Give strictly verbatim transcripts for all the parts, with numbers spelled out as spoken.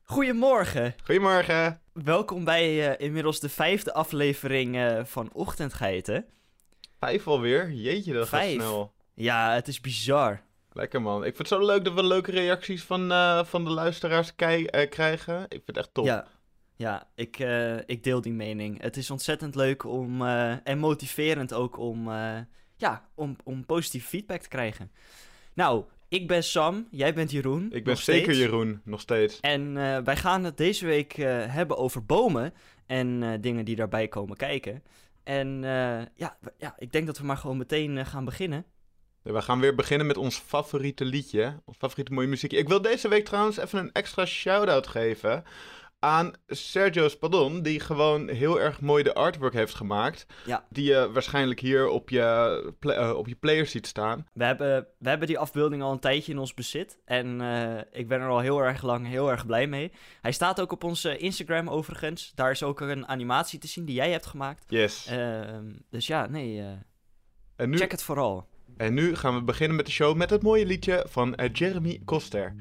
Goedemorgen. Goedemorgen. Welkom bij uh, inmiddels de vijfde aflevering uh, van Ochtendgeiten. Vijf alweer? Jeetje, dat Vijf. gaat snel. Ja, het is bizar. Lekker man. Ik vind het zo leuk dat we leuke reacties van, uh, van de luisteraars kei- uh, krijgen. Ik vind het echt top. Ja, ja ik, uh, ik deel die mening. Het is ontzettend leuk om, uh, en motiverend ook om, uh, ja, om, om positieve feedback te krijgen. Nou, ik ben Sam, jij bent Jeroen. Ik ben zeker steeds. Jeroen, nog steeds. En uh, wij gaan het deze week uh, hebben over bomen en uh, dingen die daarbij komen kijken. En uh, ja, ja, ik denk dat we maar gewoon meteen uh, gaan beginnen. Ja, we gaan weer beginnen met ons favoriete liedje. Ons favoriete mooie muziekje. Ik wil deze week trouwens even een extra shout-out geven aan Sergio Spadon, die gewoon heel erg mooi de artwork heeft gemaakt. Ja. Die je waarschijnlijk hier op je, play- uh, op je player ziet staan. We hebben, we hebben die afbeelding al een tijdje in ons bezit. En uh, ik ben er al heel erg lang heel erg blij mee. Hij staat ook op onze Instagram overigens. Daar is ook een animatie te zien die jij hebt gemaakt. Yes. Uh, dus ja, nee, uh, en nu, check het vooral. En nu gaan we beginnen met de show met het mooie liedje van uh, Jeremy Koster.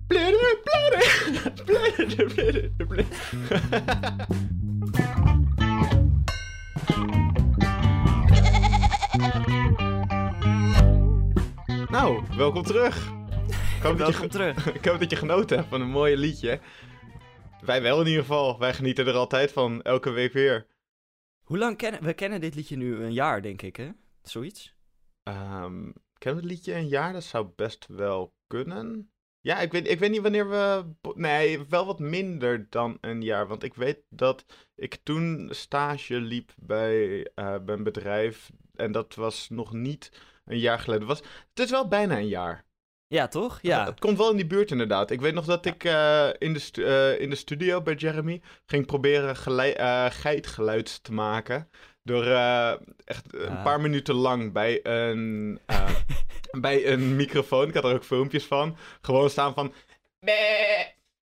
Nou, welkom terug. Ik hoop, welkom dat je, terug. Ik hoop dat je genoten hebt van een mooie liedje. Wij wel in ieder geval. Wij genieten er altijd van, elke week weer. Hoe lang kennen we kennen dit liedje nu? Een jaar, denk ik, hè? Zoiets? Um, kennen we het liedje een jaar? Dat zou best wel kunnen. Ja, ik weet, ik weet niet wanneer we... Nee, wel wat minder dan een jaar. Want ik weet dat ik toen stage liep bij, uh, bij een bedrijf. En dat was nog niet een jaar geleden. Het, was, het is wel bijna een jaar. Ja, toch? Ja. Het, het komt wel in die buurt inderdaad. Ik weet nog dat ik uh, in, de stu- uh, in de studio bij Jeremy ging proberen gelei- uh, geitgeluid te maken. Door uh, echt een uh. paar minuten lang bij een... Uh, bij een microfoon, ik had er ook filmpjes van, gewoon staan van... Bee,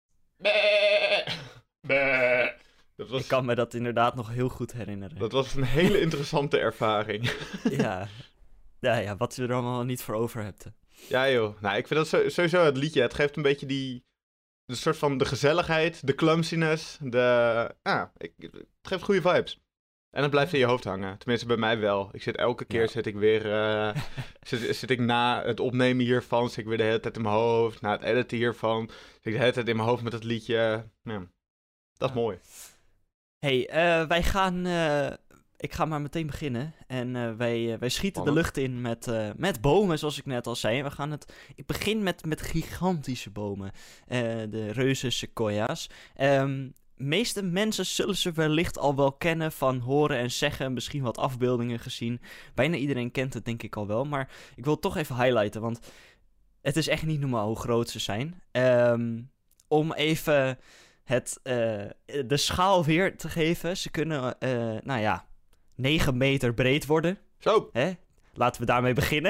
bee, bee. Dat was, ik kan me dat inderdaad nog heel goed herinneren. Dat was een hele interessante ervaring. ja. Ja, ja, wat je er allemaal niet voor over hebt. Ja joh, nou ik vind dat sowieso het liedje, het geeft een beetje die... De soort van de gezelligheid, de clumsiness, de... Ah, ik, het geeft goede vibes. En het blijft in je hoofd hangen. Tenminste, bij mij wel. Ik zit elke keer, ja. zit ik weer... Uh, zit, zit ik na het opnemen hiervan, zit ik weer de hele tijd in mijn hoofd. Na het editen hiervan, zit ik de hele tijd in mijn hoofd met het liedje. Ja, dat is ja. mooi. Hey, uh, wij gaan... Uh, ik ga maar meteen beginnen. En uh, wij, uh, wij schieten Spannend. de lucht in met, uh, met bomen, zoals ik net al zei. We gaan het... Ik begin met, met gigantische bomen. Uh, de reuze sequoia's. Um, De meeste mensen zullen ze wellicht al wel kennen van horen en zeggen, misschien wat afbeeldingen gezien. Bijna iedereen kent het denk ik al wel, maar ik wil het toch even highlighten, want het is echt niet normaal hoe groot ze zijn. Um, om even het, uh, de schaal weer te geven, ze kunnen, uh, nou ja, negen meter breed worden. Zo! Hè? Laten we daarmee beginnen.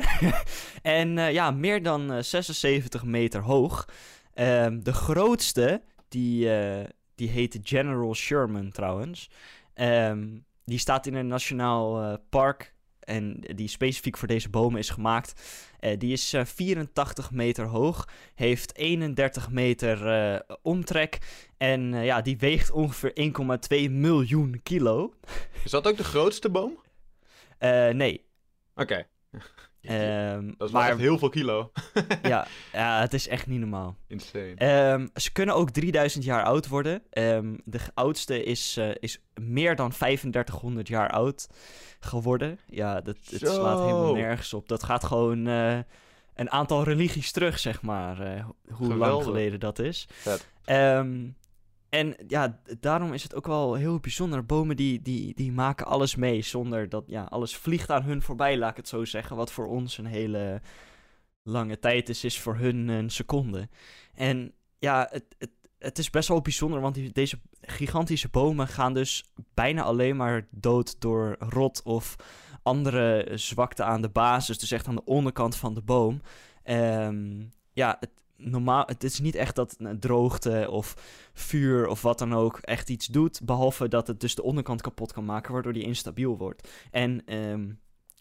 en uh, ja, meer dan uh, zesenzeventig meter hoog. Um, de grootste, die... Uh, Die heet General Sherman trouwens. Um, die staat in een nationaal uh, park. En die specifiek voor deze bomen is gemaakt. Uh, die is uh, vierentachtig meter hoog. Heeft eenendertig meter uh, omtrek. En uh, ja, die weegt ongeveer één komma twee miljoen kilo. Is dat ook de grootste boom? Uh, nee. Oké. Okay. Um, dat is wel maar, echt heel veel kilo. ja, ja, het is echt niet normaal. Insane. Um, ze kunnen ook drieduizend jaar oud worden. Um, de oudste is, uh, is meer dan vijfendertighonderd jaar oud geworden. Ja, dat, het Zo. slaat helemaal nergens op. Dat gaat gewoon uh, een aantal religies terug, zeg maar. Uh, hoe Geweldig. lang geleden dat is. Um, en ja, daarom is het ook wel heel bijzonder. Bomen die, die, die maken alles mee zonder dat... Ja, alles vliegt aan hun voorbij, laat ik het zo zeggen. Wat voor ons een hele lange tijd is, is voor hun een seconde. En ja, het, het, het is best wel bijzonder, want die, deze gigantische bomen gaan dus bijna alleen maar dood door rot of andere zwakte aan de basis. Dus echt aan de onderkant van de boom. Um, ja, het, normaal, het is niet echt dat droogte of vuur of wat dan ook echt iets doet, behalve dat het dus de onderkant kapot kan maken, waardoor die instabiel wordt. En um,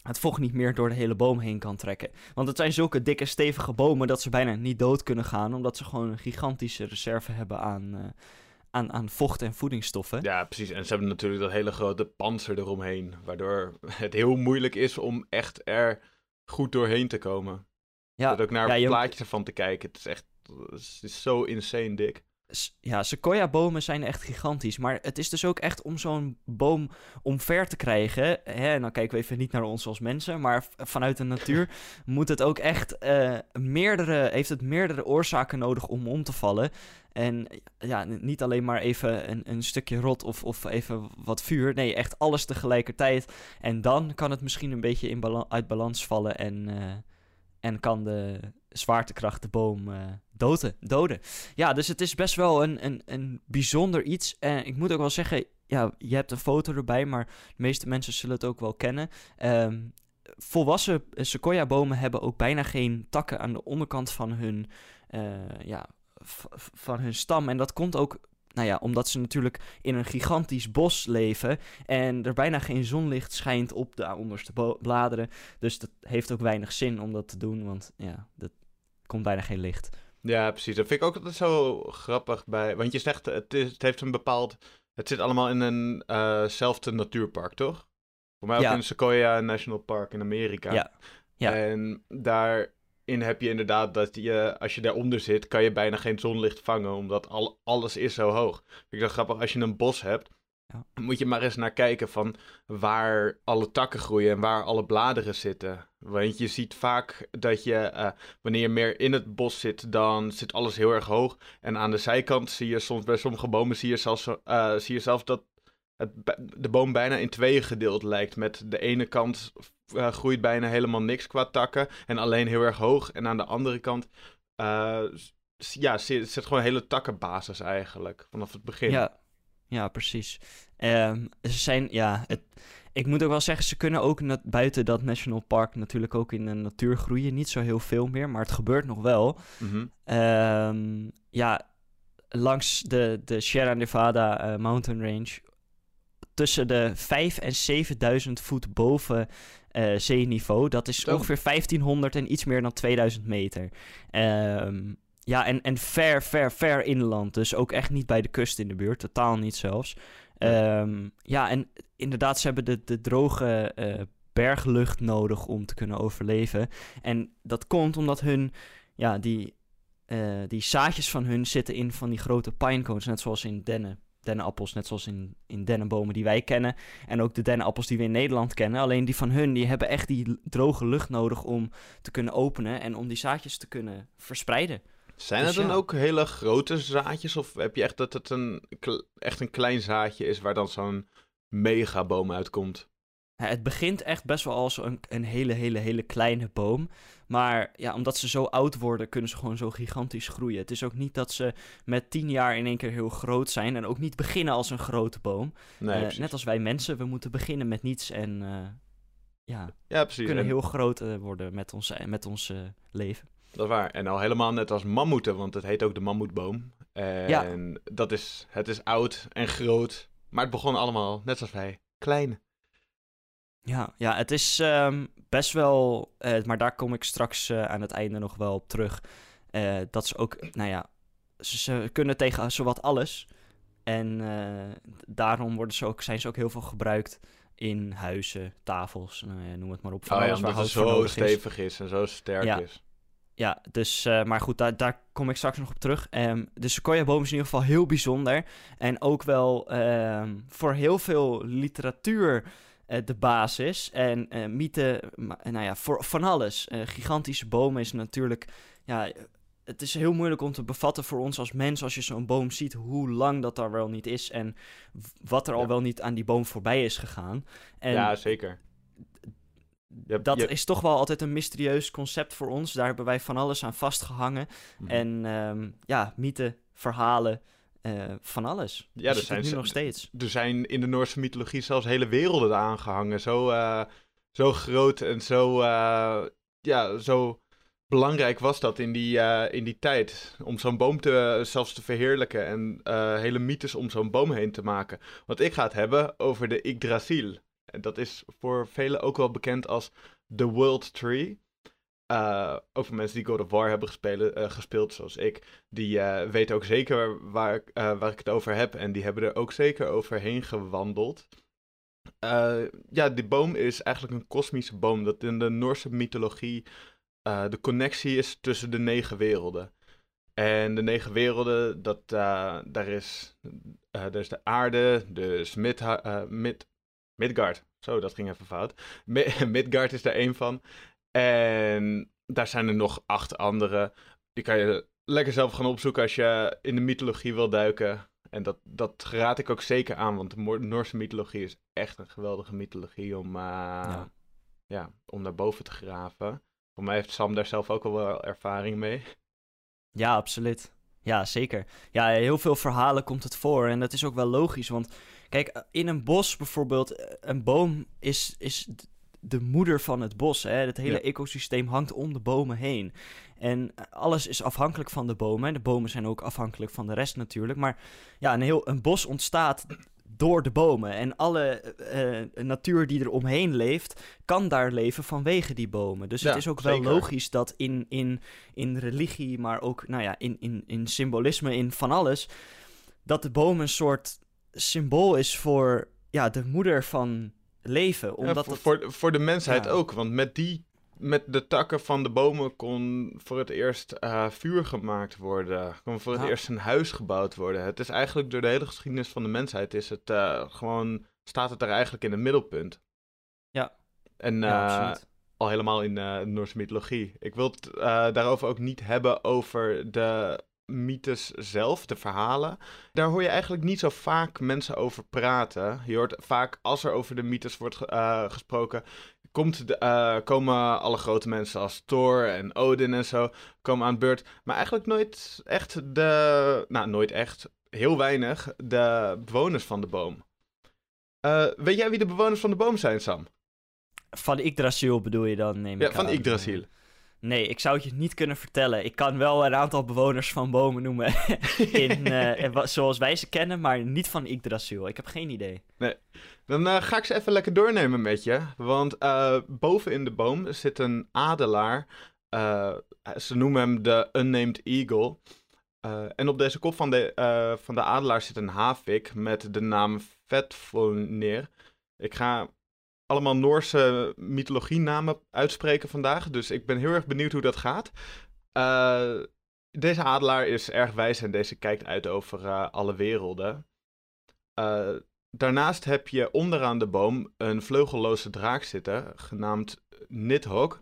het vocht niet meer door de hele boom heen kan trekken. Want het zijn zulke dikke, stevige bomen dat ze bijna niet dood kunnen gaan, omdat ze gewoon een gigantische reserve hebben aan, uh, aan, aan vocht en voedingsstoffen. Ja, precies. En ze hebben natuurlijk dat hele grote pantser eromheen, waardoor het heel moeilijk is om echt er goed doorheen te komen. Ja, dat ook naar ja, je... plaatjes ervan te kijken. Het is echt het is zo insane dik. Ja, sequoia-bomen zijn echt gigantisch. Maar het is dus ook echt om zo'n boom omver te krijgen. Hè, en dan kijken we even niet naar ons als mensen, maar vanuit de natuur moet het ook echt uh, meerdere, heeft het meerdere oorzaken nodig om om te vallen. En ja, niet alleen maar even een, een stukje rot of, of even wat vuur. Nee, echt alles tegelijkertijd. En dan kan het misschien een beetje in bala- uit balans vallen en... Uh, En kan de zwaartekracht de boom uh, doden, doden. Ja, dus het is best wel een, een, een bijzonder iets. En ik moet ook wel zeggen, ja, je hebt een foto erbij, maar de meeste mensen zullen het ook wel kennen. Um, volwassen sequoia-bomen hebben ook bijna geen takken aan de onderkant van hun, uh, ja, v- van hun stam. En dat komt ook... Nou ja, omdat ze natuurlijk in een gigantisch bos leven en er bijna geen zonlicht schijnt op de onderste bo- bladeren. Dus dat heeft ook weinig zin om dat te doen, want ja, er komt bijna geen licht. Ja, precies. Dat vind ik ook altijd zo grappig bij... Want je zegt, het, is, het heeft een bepaald... Het zit allemaal in eenzelfde uh natuurpark, toch? Voor mij ook ja. in Sequoia National Park in Amerika. Ja. Ja. En daar... In heb je inderdaad dat je, als je daaronder zit, kan je bijna geen zonlicht vangen, omdat al, alles is zo hoog. Vind ik dat grappig, als je een bos hebt, ja. moet je maar eens naar kijken van waar alle takken groeien en waar alle bladeren zitten. Want je ziet vaak dat je, uh, wanneer je meer in het bos zit, dan zit alles heel erg hoog. En aan de zijkant zie je soms bij sommige bomen, zie je zelfs, uh, zie je zelfs dat het, de boom bijna in tweeën gedeeld lijkt. Met de ene kant uh, groeit bijna helemaal niks qua takken en alleen heel erg hoog. En aan de andere kant uh, ja, zit, zit gewoon een hele takkenbasis eigenlijk, vanaf het begin. Ja, ja precies. Um, ze zijn, ja, het, ik moet ook wel zeggen, ze kunnen ook na- buiten dat National Park natuurlijk ook in de natuur groeien. Niet zo heel veel meer, maar het gebeurt nog wel. Mm-hmm. Um, ja, langs de, de Sierra Nevada uh, Mountain Range, tussen de vijf en zevenduizend voet boven uh, zeeniveau. Dat is oh. ongeveer vijftienhonderd en iets meer dan tweeduizend meter. Um, ja, en, en ver, ver, ver inland. Dus ook echt niet bij de kust in de buurt. Totaal niet zelfs. Ja, um, ja en inderdaad, ze hebben de, de droge uh, berglucht nodig om te kunnen overleven. En dat komt omdat hun, ja, die, uh, die zaadjes van hun zitten in van die grote pinecones, net zoals in dennen. dennenappels, net zoals in, in dennenbomen die wij kennen. En ook de dennenappels die we in Nederland kennen. Alleen die van hun, die hebben echt die droge lucht nodig om te kunnen openen en om die zaadjes te kunnen verspreiden. Zijn dus er dan ja. ook hele grote zaadjes? Of heb je echt dat het een, echt een klein zaadje is waar dan zo'n megaboom uitkomt? Ja, het begint echt best wel als een, een hele, hele, hele kleine boom. Maar ja, omdat ze zo oud worden, kunnen ze gewoon zo gigantisch groeien. Het is ook niet dat ze met tien jaar in één keer heel groot zijn. En ook niet beginnen als een grote boom. Nee, uh, net als wij mensen, we moeten beginnen met niets. En uh, ja, ja, precies. kunnen en... heel groot uh, worden met ons, met ons uh, leven. Dat is waar. En al helemaal net als mammoeten, want het heet ook de mammoetboom. En ja. dat is, het is oud en groot. Maar het begon allemaal, net zoals wij, klein. Ja, ja, het is um, best wel, uh, maar daar kom ik straks uh, aan het einde nog wel op terug. Uh, dat ze ook, nou ja, ze, ze kunnen tegen zowat alles. En uh, daarom worden ze ook, zijn ze ook heel veel gebruikt in huizen, tafels, uh, noem het maar op. Van oh alles ja, omdat het zo stevig is. is en zo sterk ja. is. Ja, dus, uh, maar goed, daar, daar kom ik straks nog op terug. Um, de sequoia-boom is in ieder geval heel bijzonder. En ook wel um, voor heel veel literatuur uh, de basis. En uh, mythe, ma- nou ja, voor van alles. Uh, gigantische bomen is natuurlijk, ja, het is heel moeilijk om te bevatten voor ons als mens, als je zo'n boom ziet, hoe lang dat daar wel niet is en wat er al ja. wel niet aan die boom voorbij is gegaan. En ja, zeker. Yep, dat yep. is toch wel altijd een mysterieus concept voor ons. Daar hebben wij van alles aan vastgehangen. Mm-hmm. En um, ja, mythen, verhalen, uh, van alles. Ja, dus er zijn nu nog steeds. Er zijn in de Noorse mythologie zelfs hele werelden aangehangen. Zo, uh, zo groot en zo, uh, ja, zo belangrijk was dat in die, uh, in die tijd. Om zo'n boom te, uh, zelfs te verheerlijken. En uh, hele mythes om zo'n boom heen te maken. Want ik ga het hebben over de Yggdrasil. Dat is voor velen ook wel bekend als The World Tree. Uh, ook voor mensen die God of War hebben gespeeld, uh, gespeeld zoals ik, die uh, weten ook zeker waar, uh, waar ik het over heb. En die hebben er ook zeker overheen gewandeld. Uh, ja, die boom is eigenlijk een kosmische boom. Dat in de Noorse mythologie uh, de connectie is tussen de negen werelden. En de negen werelden, dat, uh, daar, is, uh, daar is de aarde, dus Midha- uh, Mid- Midgard. Zo, dat ging even fout. Mi- Midgard is daar één van. En daar zijn er nog acht andere. Die kan je lekker zelf gaan opzoeken als je in de mythologie wil duiken. En dat, dat raad ik ook zeker aan, want de Noorse mythologie is echt een geweldige mythologie om, uh, ja. Ja, om naar boven te graven. Voor mij heeft Sam daar zelf ook al wel ervaring mee. Ja, absoluut. Ja, zeker. Ja, heel veel verhalen komt het voor en dat is ook wel logisch, want kijk, in een bos bijvoorbeeld, een boom is, is de moeder van het bos. Hè? Het hele ja. ecosysteem hangt om de bomen heen. En alles is afhankelijk van de bomen. De bomen zijn ook afhankelijk van de rest natuurlijk. Maar ja, een, heel, een bos ontstaat door de bomen. En alle uh, natuur die er omheen leeft, kan daar leven vanwege die bomen. Dus ja, het is ook zeker. wel logisch dat in, in, in religie, maar ook nou ja, in, in, in symbolisme, in van alles, dat de boom een soort symbool is voor ja, de moeder van leven. Omdat ja, voor, het... voor, voor de mensheid ja. ook, want met die met de takken van de bomen kon voor het eerst uh, vuur gemaakt worden. Kon voor het ja. eerst een huis gebouwd worden. Het is eigenlijk door de hele geschiedenis van de mensheid is het uh, gewoon, staat het er eigenlijk in het middelpunt. Ja. En uh, ja, al helemaal in uh, de Noorse mythologie. Ik wil het uh, daarover ook niet hebben over de mythes zelf, de verhalen. Daar hoor je eigenlijk niet zo vaak mensen over praten. Je hoort vaak, als er over de mythes wordt uh, gesproken, komt de, uh, komen alle grote mensen als Thor en Odin en zo, komen aan de beurt. Maar eigenlijk nooit echt de, nou nooit echt, heel weinig, de bewoners van de boom. Uh, weet jij wie de bewoners van de boom zijn, Sam? Van Yggdrasil bedoel je dan, neem ik Ja, van Yggdrasil. Nee, ik zou het je niet kunnen vertellen. Ik kan wel een aantal bewoners van bomen noemen, in, uh, zoals wij ze kennen, maar niet van Yggdrasil. Ik heb geen idee. Nee, dan uh, ga ik ze even lekker doornemen met je. Want uh, boven in de boom zit een adelaar. Uh, ze noemen hem de Unnamed Eagle. Uh, en op deze kop van de, uh, van de adelaar zit een havik met de naam Vedvolnir. Ik ga allemaal Noorse mythologie-namen uitspreken vandaag. Dus ik ben heel erg benieuwd hoe dat gaat. Uh, deze adelaar is erg wijs en deze kijkt uit over uh, alle werelden. Uh, daarnaast heb je onderaan de boom een vleugelloze draak zitten, genaamd Nidhogg.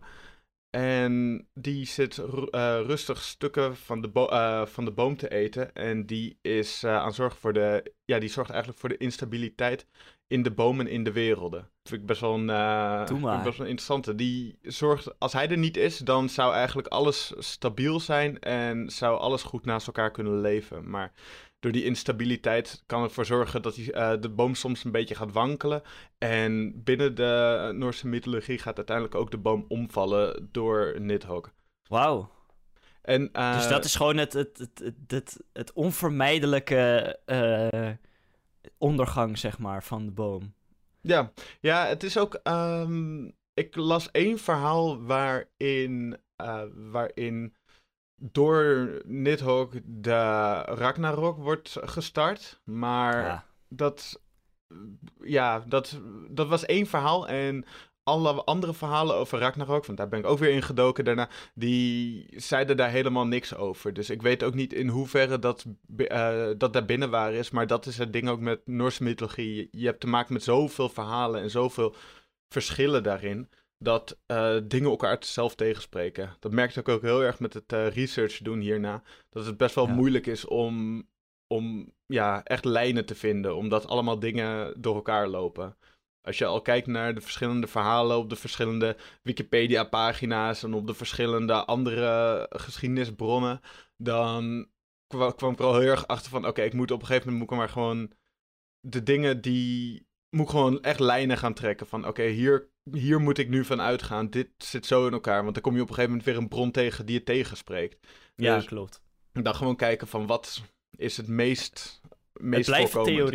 En die zit uh, rustig stukken van de, bo- uh, van de boom te eten. En die is uh, aan zorgen voor de. Ja, die zorgt eigenlijk voor de instabiliteit in de bomen in de werelden. Dat vind ik best wel een, uh, vind ik best wel een interessante. Die zorgt, als hij er niet is, dan zou eigenlijk alles stabiel zijn en zou alles goed naast elkaar kunnen leven. Maar door die instabiliteit kan ervoor zorgen dat die, uh, de boom soms een beetje gaat wankelen. En binnen de Noorse mythologie gaat uiteindelijk ook de boom omvallen door Nidhogg. Wauw. En, uh, dus dat is gewoon het, het, het, het, het, het onvermijdelijke uh, ondergang, zeg maar, van de boom. Ja, ja het is ook... Um, ik las één verhaal waarin... Uh, waarin door Nidhogg de Ragnarok wordt gestart. Maar ja. dat... Ja, dat, dat was één verhaal. En alle andere verhalen over Ragnarok, want daar ben ik ook weer in gedoken daarna, die zeiden daar helemaal niks over. Dus ik weet ook niet in hoeverre dat, uh, dat daar binnen waar is. Maar dat is het ding ook met Noorse mythologie. Je hebt te maken met zoveel verhalen en zoveel verschillen daarin, dat uh, dingen elkaar zelf tegenspreken. Dat merkte ik ook heel erg met het uh, research doen hierna. Dat het best wel ja. moeilijk is om, om ja, echt lijnen te vinden. Omdat allemaal dingen door elkaar lopen. Als je al kijkt naar de verschillende verhalen op de verschillende Wikipedia-pagina's en op de verschillende andere geschiedenisbronnen, dan kwam, kwam ik er al heel erg achter van, oké, okay, ik moet op een gegeven moment moet ik maar gewoon de dingen die... moet ik gewoon echt lijnen gaan trekken van, oké, okay, hier, hier moet ik nu van uitgaan. Dit zit zo in elkaar, want dan kom je op een gegeven moment weer een bron tegen die het tegenspreekt. Ja, dus klopt. Dan gewoon kijken van, wat is het meest, meest het blijven voorkomend. theorieën.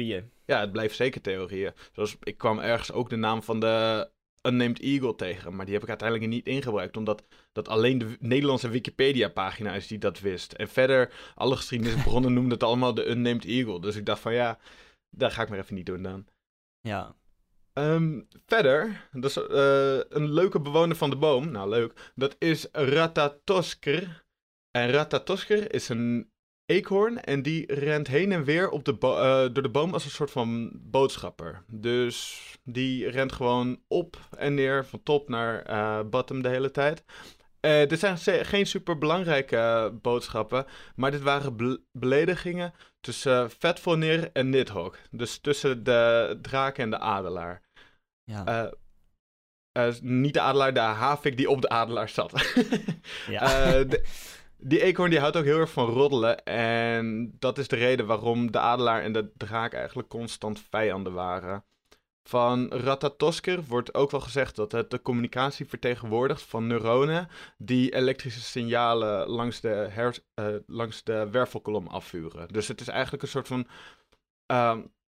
ja, het blijft zeker theorieën. Zoals, ik kwam ergens ook de naam van de Unnamed Eagle tegen, maar die heb ik uiteindelijk niet ingebruikt, omdat dat alleen de Nederlandse Wikipedia-pagina is die dat wist. En verder, alle geschiedenisbronnen noemden het allemaal de Unnamed Eagle. Dus ik dacht van ja, dat ga ik maar even niet doen dan. Ja. Um, verder, dat is uh, een leuke bewoner van de boom. Nou, leuk. Dat is Ratatosker. En Ratatosker is een eekhoorn en die rent heen en weer op de bo- uh, door de boom als een soort van boodschapper. Dus die rent gewoon op en neer, van top naar uh, bottom de hele tijd. Uh, dit zijn geen super belangrijke uh, boodschappen, maar dit waren be- beledigingen tussen uh, Fatfonir en Nidhogg. Dus tussen de draak en de adelaar. Ja. Uh, uh, niet de adelaar, de havik die op de adelaar zat. ja. uh, de, die eekhoorn die houdt ook heel erg van roddelen. En dat is de reden waarom de adelaar en de draak eigenlijk constant vijanden waren. Van Ratatosker wordt ook wel gezegd dat het de communicatie vertegenwoordigt van neuronen die elektrische signalen langs de, her- uh, langs de wervelkolom afvuren. Dus het is eigenlijk een soort van... Uh,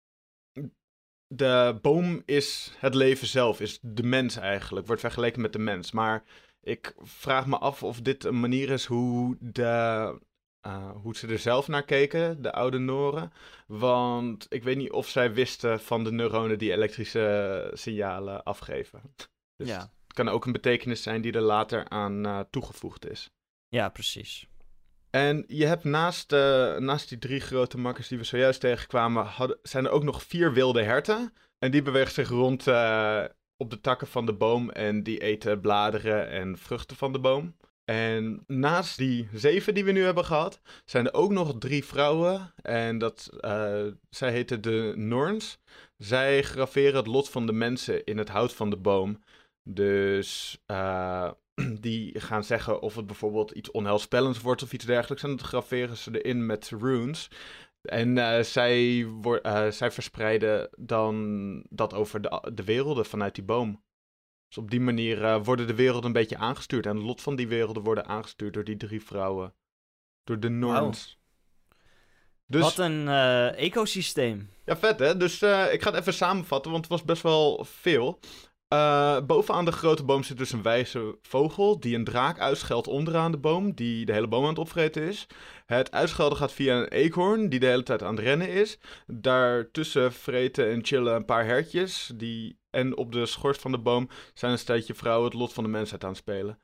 de boom is het leven zelf, is de mens eigenlijk, wordt vergeleken met de mens. Maar ik vraag me af of dit een manier is hoe, de, uh, hoe ze er zelf naar keken, de oude Noren. Want ik weet niet of zij wisten van de neuronen die elektrische signalen afgeven. Dus ja. het kan ook een betekenis zijn die er later aan uh, toegevoegd is. Ja, precies. En je hebt naast, uh, naast die drie grote makkers die we zojuist tegenkwamen, hadden, zijn er ook nog vier wilde herten. En die bewegen zich rond uh, op de takken van de boom en die eten bladeren en vruchten van de boom. En naast die zeven die we nu hebben gehad, zijn er ook nog drie vrouwen. En dat, uh, zij heten de Norns. Zij graveren het lot van de mensen in het hout van de boom. Dus... Uh, die gaan zeggen of het bijvoorbeeld iets onheilspellends wordt of iets dergelijks. En dan graveren ze erin met runes. En uh, zij, wo- uh, zij verspreiden dan dat over de, de werelden vanuit die boom. Dus op die manier uh, worden de werelden een beetje aangestuurd. En het lot van die werelden worden aangestuurd door die drie vrouwen. Door de Norns. Wow. Dus, wat een uh, ecosysteem. Ja, vet hè. Dus uh, ik ga het even samenvatten, want het was best wel veel. Uh, bovenaan de grote boom zit dus een wijze vogel die een draak uitscheldt onderaan de boom, die de hele boom aan het opvreten is. Het uitschelden gaat via een eekhoorn die de hele tijd aan het rennen is. Daartussen vreten en chillen een paar hertjes. Die... En op de schort van de boom zijn een stelletje vrouwen het lot van de mensheid aan het spelen.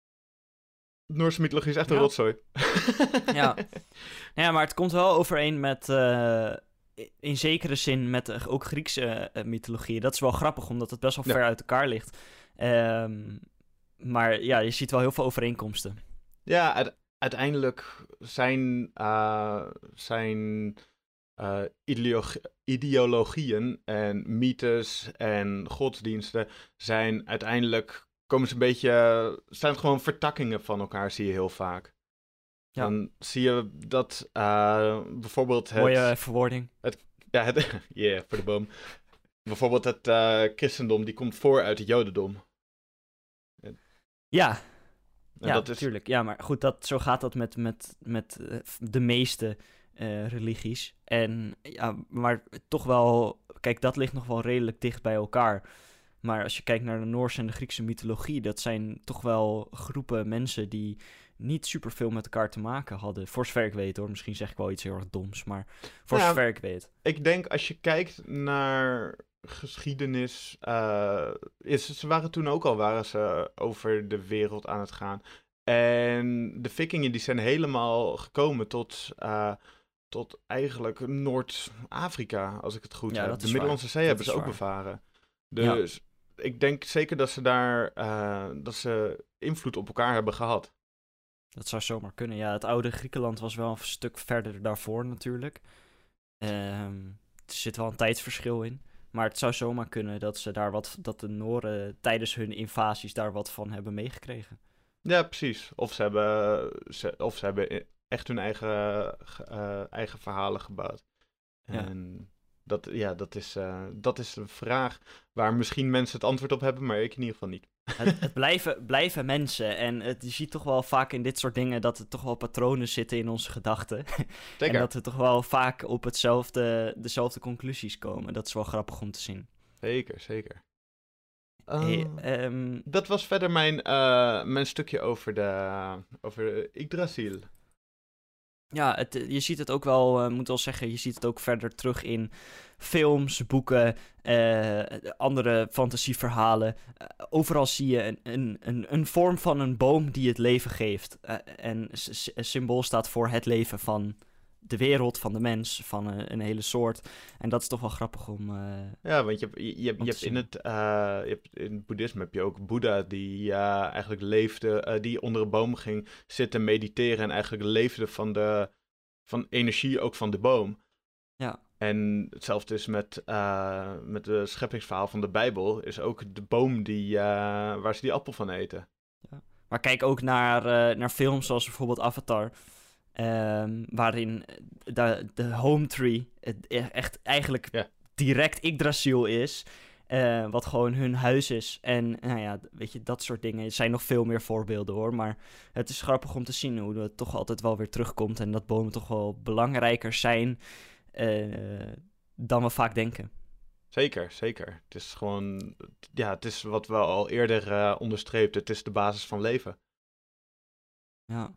Noorse mythologie is echt een ja. rotzooi. ja. ja, maar het komt wel overeen met... Uh... in zekere zin met uh, ook Griekse uh, mythologie. Dat is wel grappig, omdat het best wel ja. ver uit elkaar ligt. Um, maar ja, je ziet wel heel veel overeenkomsten. Ja, u- uiteindelijk zijn, uh, zijn uh, ideologi- ideologieën en mythes en godsdiensten zijn uiteindelijk, komen ze een beetje, zijn het gewoon vertakkingen van elkaar, zie je heel vaak. Ja. Dan zie je dat uh, bijvoorbeeld het... Mooie verwoording. Het, ja, het... Yeah, voor de boom. Bijvoorbeeld het uh, christendom, die komt voor uit het jodendom. Ja, en ja, dat is... natuurlijk. Ja, maar goed, dat, zo gaat dat met, met, met uh, de meeste uh, religies. En ja, maar toch wel... Kijk, dat ligt nog wel redelijk dicht bij elkaar. Maar als je kijkt naar de Noorse en de Griekse mythologie... dat zijn toch wel groepen mensen die... niet superveel met elkaar te maken hadden. Voor zover ik weet hoor. Misschien zeg ik wel iets heel erg doms. Maar voor ja, zover ik weet. Ik denk als je kijkt naar geschiedenis. Uh, is, ze waren toen ook al waren ze over de wereld aan het gaan. En de vikingen die zijn helemaal gekomen tot, uh, tot eigenlijk Noord-Afrika. Als ik het goed ja, heb. De waar. Middellandse Zee dat hebben ze waar. ook bevaren. Dus ja. ik denk zeker dat ze daar uh, dat ze invloed op elkaar hebben gehad. Dat zou zomaar kunnen. Ja, het oude Griekenland was wel een stuk verder daarvoor natuurlijk. Um, er zit wel een tijdsverschil in. Maar het zou zomaar kunnen dat ze daar wat, dat de Noren tijdens hun invasies daar wat van hebben meegekregen. Ja, precies. Of ze hebben, ze, of ze hebben echt hun eigen, uh, eigen verhalen gebouwd. En Dat, ja, dat is, uh, dat is een vraag waar misschien mensen het antwoord op hebben, maar ik in ieder geval niet. Het, het blijven, blijven mensen. En het, je ziet toch wel vaak in dit soort dingen dat er toch wel patronen zitten in onze gedachten. En dat we toch wel vaak op hetzelfde, dezelfde conclusies komen. Dat is wel grappig om te zien. Zeker, zeker. Hey, uh, um, dat was verder mijn, uh, mijn stukje over de over Yggdrasil. Ja, het, je ziet het ook wel, uh, moet wel zeggen, je ziet het ook verder terug in films, boeken, uh, andere fantasieverhalen. Uh, overal zie je een, een, een, een vorm van een boom die het leven geeft. Uh, en een symbool staat voor het leven van de wereld, van de mens, van een, een hele soort. En dat is toch wel grappig om uh, Ja, want je, je, je, je hebt in het, uh, je hebt in het boeddhisme heb je ook Boeddha die uh, eigenlijk leefde, uh, die onder een boom ging zitten mediteren en eigenlijk leefde van de van energie ook van de boom. Ja. En hetzelfde is met, uh, met de scheppingsverhaal van de Bijbel, is ook de boom die, uh, waar ze die appel van eten. Ja. Maar kijk ook naar, uh, naar films zoals bijvoorbeeld Avatar. Um, waarin de, de home tree het echt eigenlijk ja. direct Yggdrasil is. Uh, wat gewoon hun huis is. En nou ja, weet je, dat soort dingen. Er zijn nog veel meer voorbeelden hoor. Maar het is grappig om te zien hoe het toch altijd wel weer terugkomt. En dat bomen toch wel belangrijker zijn uh, dan we vaak denken. Zeker, zeker. Het is gewoon, ja, het is wat we al eerder uh, onderstreept. Het is de basis van leven. Ja.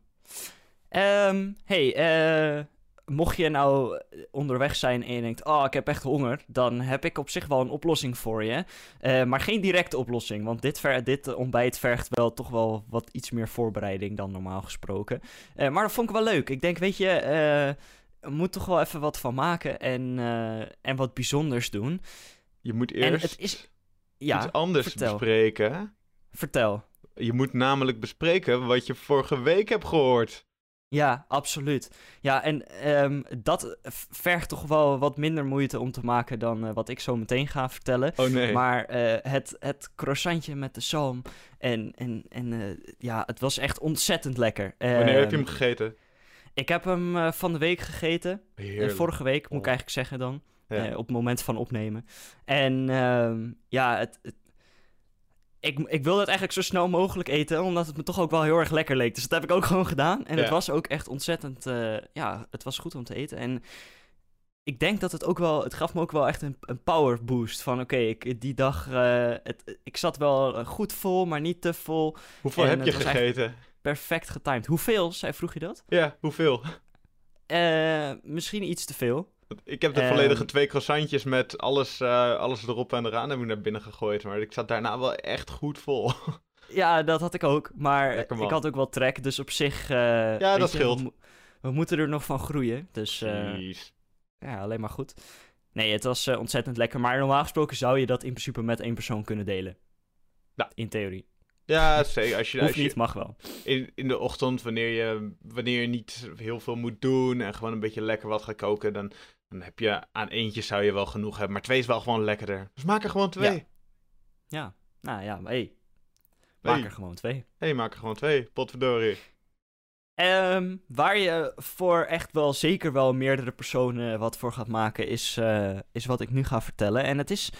Um, hey, uh, mocht je nou onderweg zijn en je denkt, oh, ik heb echt honger, dan heb ik op zich wel een oplossing voor je. Uh, maar geen directe oplossing, want dit, ver- dit ontbijt vergt wel toch wel wat iets meer voorbereiding dan normaal gesproken. Uh, maar dat vond ik wel leuk. Ik denk, weet je, uh, we moeten toch wel even wat van maken en, uh, en wat bijzonders doen. Je moet eerst het is, ja, iets anders vertel. bespreken. Vertel. Je moet namelijk bespreken wat je vorige week hebt gehoord. Ja, absoluut. Ja, en um, dat vergt toch wel wat minder moeite om te maken dan uh, wat ik zo meteen ga vertellen. Oh nee. Maar uh, het, het croissantje met de zalm en, en, en uh, ja, het was echt ontzettend lekker. Uh, Wanneer heb je hem gegeten? Ik heb hem uh, van de week gegeten. Uh, vorige week, moet oh. ik eigenlijk zeggen dan. Ja. Uh, op het moment van opnemen. En uh, ja, het... het Ik, ik wilde het eigenlijk zo snel mogelijk eten, omdat het me toch ook wel heel erg lekker leek. Dus dat heb ik ook gewoon gedaan. En ja. Het was ook echt ontzettend, uh, ja, het was goed om te eten. En ik denk dat het ook wel, het gaf me ook wel echt een, een power boost. Van oké, okay, die dag, uh, het, ik zat wel goed vol, maar niet te vol. Hoeveel en heb je gegeten? Perfect getimed. Hoeveel, zei, vroeg je dat? Ja, hoeveel? Uh, misschien iets te veel. Ik heb de um, volledige twee croissantjes met alles, uh, alles erop en eraan heb ik naar binnen gegooid. Maar ik zat daarna wel echt goed vol. Ja, dat had ik ook. Maar ik had ook wel trek. Dus op zich... Uh, ja, dat scheelt. We, we moeten er nog van groeien. Dus uh, ja, alleen maar goed. Nee, het was uh, ontzettend lekker. Maar normaal gesproken zou je dat in principe met één persoon kunnen delen. Ja. In theorie. Ja, zeker. Als je, Hoeft als je, niet, mag wel. In, in de ochtend, wanneer je, wanneer je niet heel veel moet doen en gewoon een beetje lekker wat gaat koken, dan, dan heb je aan eentje zou je wel genoeg hebben. Maar twee is wel gewoon lekkerder. Dus maak er gewoon twee. Ja, ja. Nou ja, maar hé. Hey. Maak hey. er gewoon twee. Hé, hey, maak er gewoon twee. Potverdorie. Um, waar je voor echt wel zeker wel meerdere personen wat voor gaat maken, is, uh, is wat ik nu ga vertellen. En het is...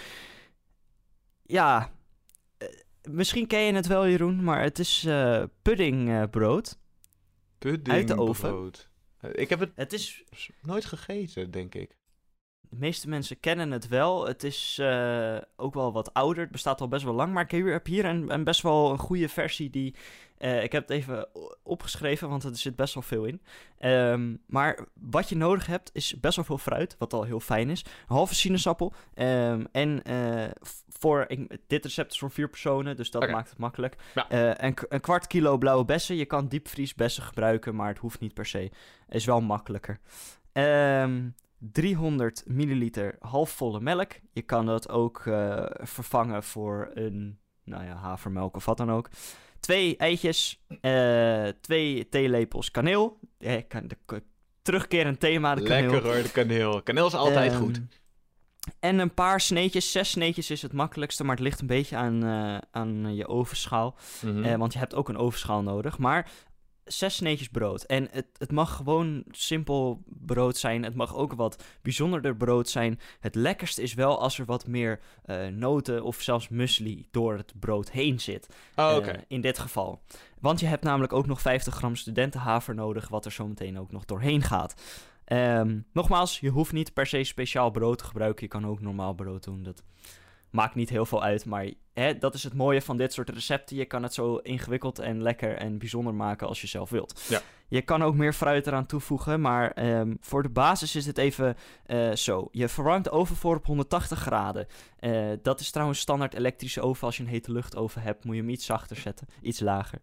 Ja... Misschien ken je het wel, Jeroen, maar het is uh, puddingbrood. Puddingbrood. Uit de oven. Ik heb het, het is... nooit gegeten, denk ik. De meeste mensen kennen het wel. Het is uh, ook wel wat ouder. Het bestaat al best wel lang. Maar ik heb hier een, een best wel een goede versie die... Uh, ik heb het even opgeschreven, want er zit best wel veel in. Um, maar wat je nodig hebt is best wel veel fruit, wat al heel fijn is. Een halve sinaasappel. Um, en uh, voor, ik, dit recept is voor vier personen, dus dat okay. maakt het makkelijk. Ja. Uh, een, een kwart kilo blauwe bessen. Je kan diepvriesbessen gebruiken, maar het hoeft niet per se. Is wel makkelijker. Um, driehonderd milliliter halfvolle melk. Je kan dat ook uh, vervangen voor een, nou ja, havermelk of wat dan ook. Twee eitjes, uh, twee theelepels kaneel. Eh, kan, de, terugkerend thema, de kaneel. Lekker hoor, de kaneel. Kaneel is altijd um, goed. En een paar sneetjes, zes sneetjes is het makkelijkste, maar het ligt een beetje aan, uh, aan je ovenschaal. Mm-hmm. Uh, want je hebt ook een ovenschaal nodig. Maar zes sneetjes brood. En het, het mag gewoon simpel brood zijn. Het mag ook wat bijzonderder brood zijn. Het lekkerste is wel als er wat meer uh, noten of zelfs muesli door het brood heen zit. Oh, oké. Okay. Uh, in dit geval. Want je hebt namelijk ook nog vijftig gram studentenhaver nodig, wat er zo meteen ook nog doorheen gaat. Um, nogmaals, je hoeft niet per se speciaal brood te gebruiken. Je kan ook normaal brood doen. Dat maakt niet heel veel uit, maar hè, dat is het mooie van dit soort recepten. Je kan het zo ingewikkeld en lekker en bijzonder maken als je zelf wilt. Ja. Je kan ook meer fruit eraan toevoegen, maar um, voor de basis is het even uh, zo. Je verwarmt de oven voor op honderdtachtig graden. Uh, dat is trouwens standaard elektrische oven. Als je een hete luchtoven hebt, moet je hem iets zachter zetten. Iets lager.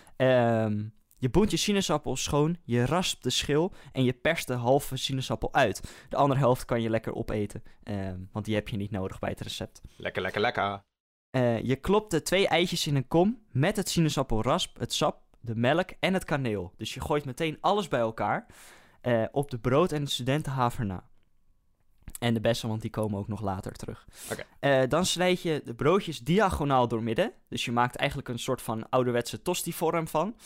Um, Je boent je sinaasappel schoon, je raspt de schil en je perst de halve sinaasappel uit. De andere helft kan je lekker opeten, um, want die heb je niet nodig bij het recept. Lekker, lekker, lekker. Uh, je klopt de twee eitjes in een kom met het sinaasappelrasp, het sap, de melk en het kaneel. Dus je gooit meteen alles bij elkaar uh, op de brood en de studentenhaver na. En de bessen, want die komen ook nog later terug. Okay. Uh, dan snijd je de broodjes diagonaal doormidden. Dus je maakt eigenlijk een soort van ouderwetse tosti-vorm van.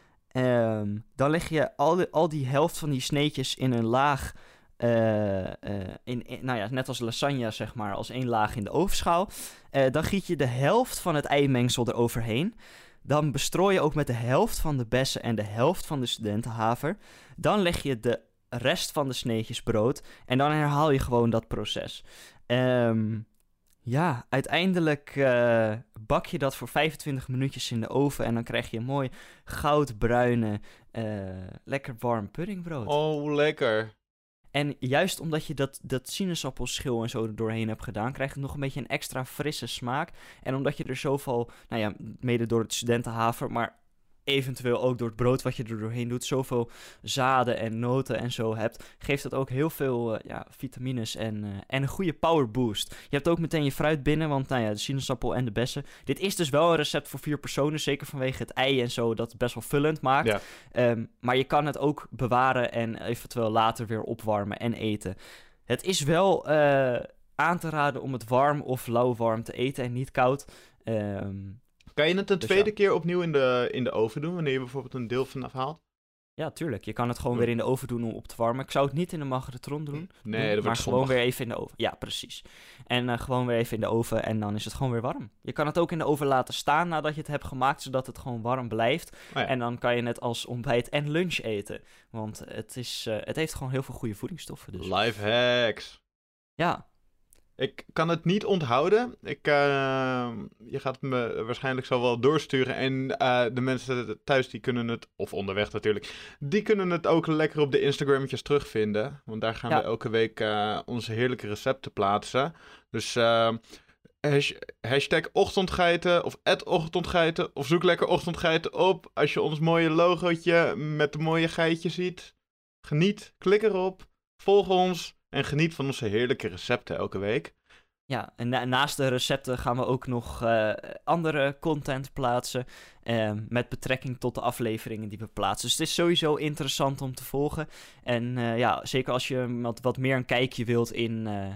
Um, dan leg je al, de, al die helft van die sneetjes in een laag, uh, uh, in, in, nou ja, net als lasagne zeg maar, als één laag in de ovenschaal. Uh, dan giet je de helft van het eimengsel eroverheen. Dan bestrooi je ook met de helft van de bessen en de helft van de studentenhaver. Dan leg je de rest van de sneetjes brood en dan herhaal je gewoon dat proces. Um, Ja, uiteindelijk uh, bak je dat voor vijfentwintig minuutjes in de oven en dan krijg je een mooi goudbruine, uh, lekker warm puddingbrood. Oh, lekker. En juist omdat je dat, dat sinaasappelschil en zo er doorheen hebt gedaan, krijgt het nog een beetje een extra frisse smaak. En omdat je er zoveel, nou ja, mede door het studentenhaver, maar eventueel ook door het brood wat je er doorheen doet, zoveel zaden en noten en zo hebt, geeft dat ook heel veel uh, ja, vitamines en, uh, en een goede power boost. Je hebt ook meteen je fruit binnen, want nou ja, de sinaasappel en de bessen. Dit is dus wel een recept voor vier personen, zeker vanwege het ei en zo, dat het best wel vullend maakt. Ja. Um, maar je kan het ook bewaren en eventueel later weer opwarmen en eten. Het is wel uh, aan te raden om het warm of lauwwarm te eten en niet koud. Um, Kan je het een dus tweede ja. keer opnieuw in de, in de oven doen, wanneer je bijvoorbeeld een deel vanaf haalt? Ja, tuurlijk. Je kan het gewoon weer in de oven doen om op te warmen. Ik zou het niet in de magnetron doen, nee, doen dat maar wordt gewoon zondig. weer even in de oven. Ja, precies. En uh, gewoon weer even in de oven en dan is het gewoon weer warm. Je kan het ook in de oven laten staan nadat je het hebt gemaakt, zodat het gewoon warm blijft. Oh ja. En dan kan je het als ontbijt en lunch eten. Want het, is, uh, het heeft gewoon heel veel goede voedingsstoffen. Dus. Life hacks. Ja. Ik kan het niet onthouden. Ik, uh, je gaat het me waarschijnlijk zo wel doorsturen. En uh, de mensen thuis die kunnen het, of onderweg natuurlijk, die kunnen het ook lekker op de Instagrammetjes terugvinden. Want daar gaan ja. we elke week uh, onze heerlijke recepten plaatsen. Dus uh, hash, hashtag ochtendgeiten of at ochtendgeiten of zoek lekker ochtendgeiten op. Als je ons mooie logootje met de mooie geitje ziet, geniet, klik erop, volg ons. En geniet van onze heerlijke recepten elke week. Ja, en na- naast de recepten gaan we ook nog uh, andere content plaatsen. Uh, met betrekking tot de afleveringen die we plaatsen. Dus het is sowieso interessant om te volgen. En uh, ja, zeker als je wat, wat meer een kijkje wilt in, uh,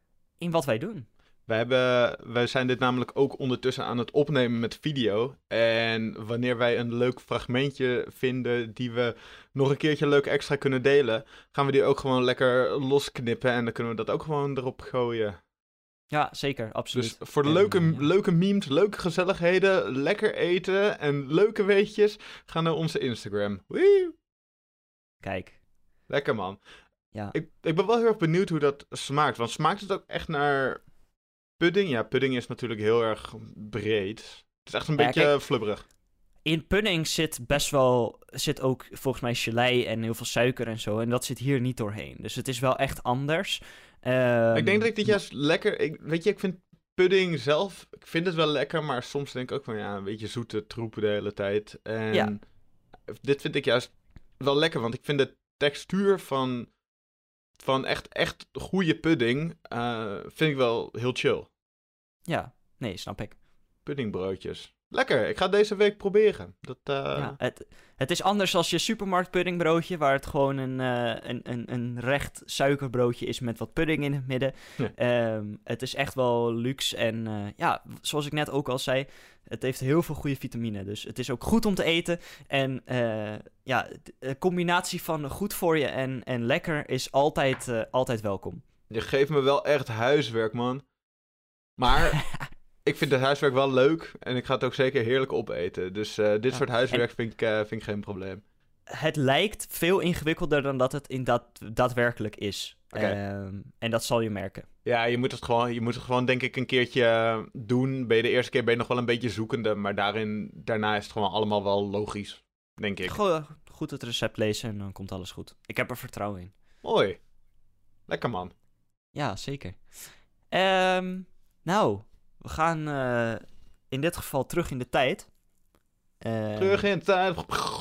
in wat wij doen. Wij, hebben, wij zijn dit namelijk ook ondertussen aan het opnemen met video. En wanneer wij een leuk fragmentje vinden die we nog een keertje leuk extra kunnen delen, gaan we die ook gewoon lekker losknippen en dan kunnen we dat ook gewoon erop gooien. Ja, zeker, absoluut. Dus voor de en, leuke, uh, ja. leuke memes, leuke gezelligheden, lekker eten en leuke weetjes, ga naar onze Instagram. Wee! Kijk. Lekker man. Ja. Ik, ik ben wel heel erg benieuwd hoe dat smaakt. Want smaakt het ook echt naar pudding? Ja, pudding is natuurlijk heel erg breed. Het is echt een Ja, beetje kijk, flubberig. In pudding zit best wel, zit ook volgens mij gelei en heel veel suiker en zo. En dat zit hier niet doorheen. Dus het is wel echt anders. Um, ik denk dat ik dit juist lekker... Ik, weet je, ik vind pudding zelf... Ik vind het wel lekker, maar soms denk ik ook van... Ja, een beetje zoete troepen de hele tijd. En Ja. dit vind ik juist wel lekker. Want ik vind de textuur van, van echt, echt goede pudding... Uh, vind ik wel heel chill. Ja, nee, snap ik. Puddingbroodjes. Lekker, ik ga het deze week proberen. Dat, uh... ja, het, het is anders als je supermarktpuddingbroodje, waar het gewoon een, uh, een, een, een recht suikerbroodje is met wat pudding in het midden. Ja. Um, het is echt wel luxe en uh, ja, zoals ik net ook al zei, het heeft heel veel goede vitamine. Dus het is ook goed om te eten. En uh, ja, de combinatie van goed voor je en, en lekker is altijd, uh, altijd welkom. Je geeft me wel echt huiswerk, man. Maar ik vind het huiswerk wel leuk en ik ga het ook zeker heerlijk opeten. Dus uh, dit ja. soort huiswerk en vind ik, uh, vind ik geen probleem. Het lijkt veel ingewikkelder dan dat het in dat, daadwerkelijk is. Okay. Um, en dat zal je merken. Ja, je moet het gewoon, je moet het gewoon denk ik een keertje doen. Ben je de eerste keer ben je nog wel een beetje zoekende, maar daarin, daarna is het gewoon allemaal wel logisch, denk ik. Gewoon goed het recept lezen en dan komt alles goed. Ik heb er vertrouwen in. Mooi. Lekker, man. Ja, zeker. Um, nou, we gaan uh, in dit geval terug in de tijd. Uh, terug in de tijd.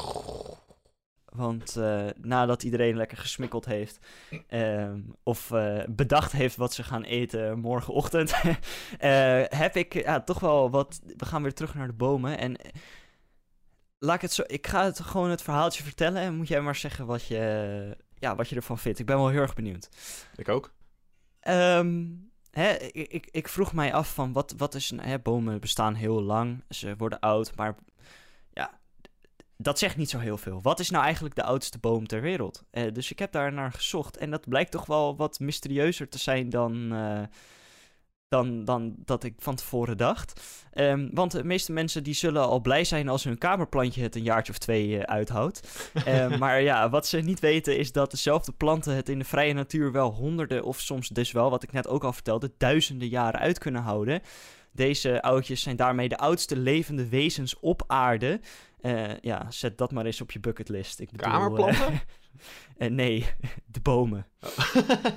Want uh, nadat iedereen lekker gesmikkeld heeft, uh, of uh, bedacht heeft wat ze gaan eten morgenochtend, uh, heb ik ja, toch wel wat... We gaan weer terug naar de bomen en... Laat ik het zo... Ik ga het gewoon het verhaaltje vertellen en moet jij maar zeggen wat je, ja, wat je ervan vindt. Ik ben wel heel erg benieuwd. Ik ook. Um, hè, ik, ik, ik vroeg mij af van wat, wat is... Hè, bomen bestaan heel lang, ze worden oud, maar ja, dat zegt niet zo heel veel. Wat is nou eigenlijk de oudste boom ter wereld? Uh, dus ik heb daar naar gezocht en dat blijkt toch wel wat mysterieuzer te zijn dan... Uh, Dan, dan dat ik van tevoren dacht. Um, want de meeste mensen die zullen al blij zijn als hun kamerplantje het een jaartje of twee uh, uithoudt. um, maar ja, wat ze niet weten is dat dezelfde planten het in de vrije natuur wel honderden of soms dus wel, wat ik net ook al vertelde, duizenden jaren uit kunnen houden. Deze oudjes zijn daarmee de oudste levende wezens op aarde. Uh, ja, zet dat maar eens op je bucketlist. Ik bedoel, kamerplanten? Uh, uh, nee, de bomen. Oh.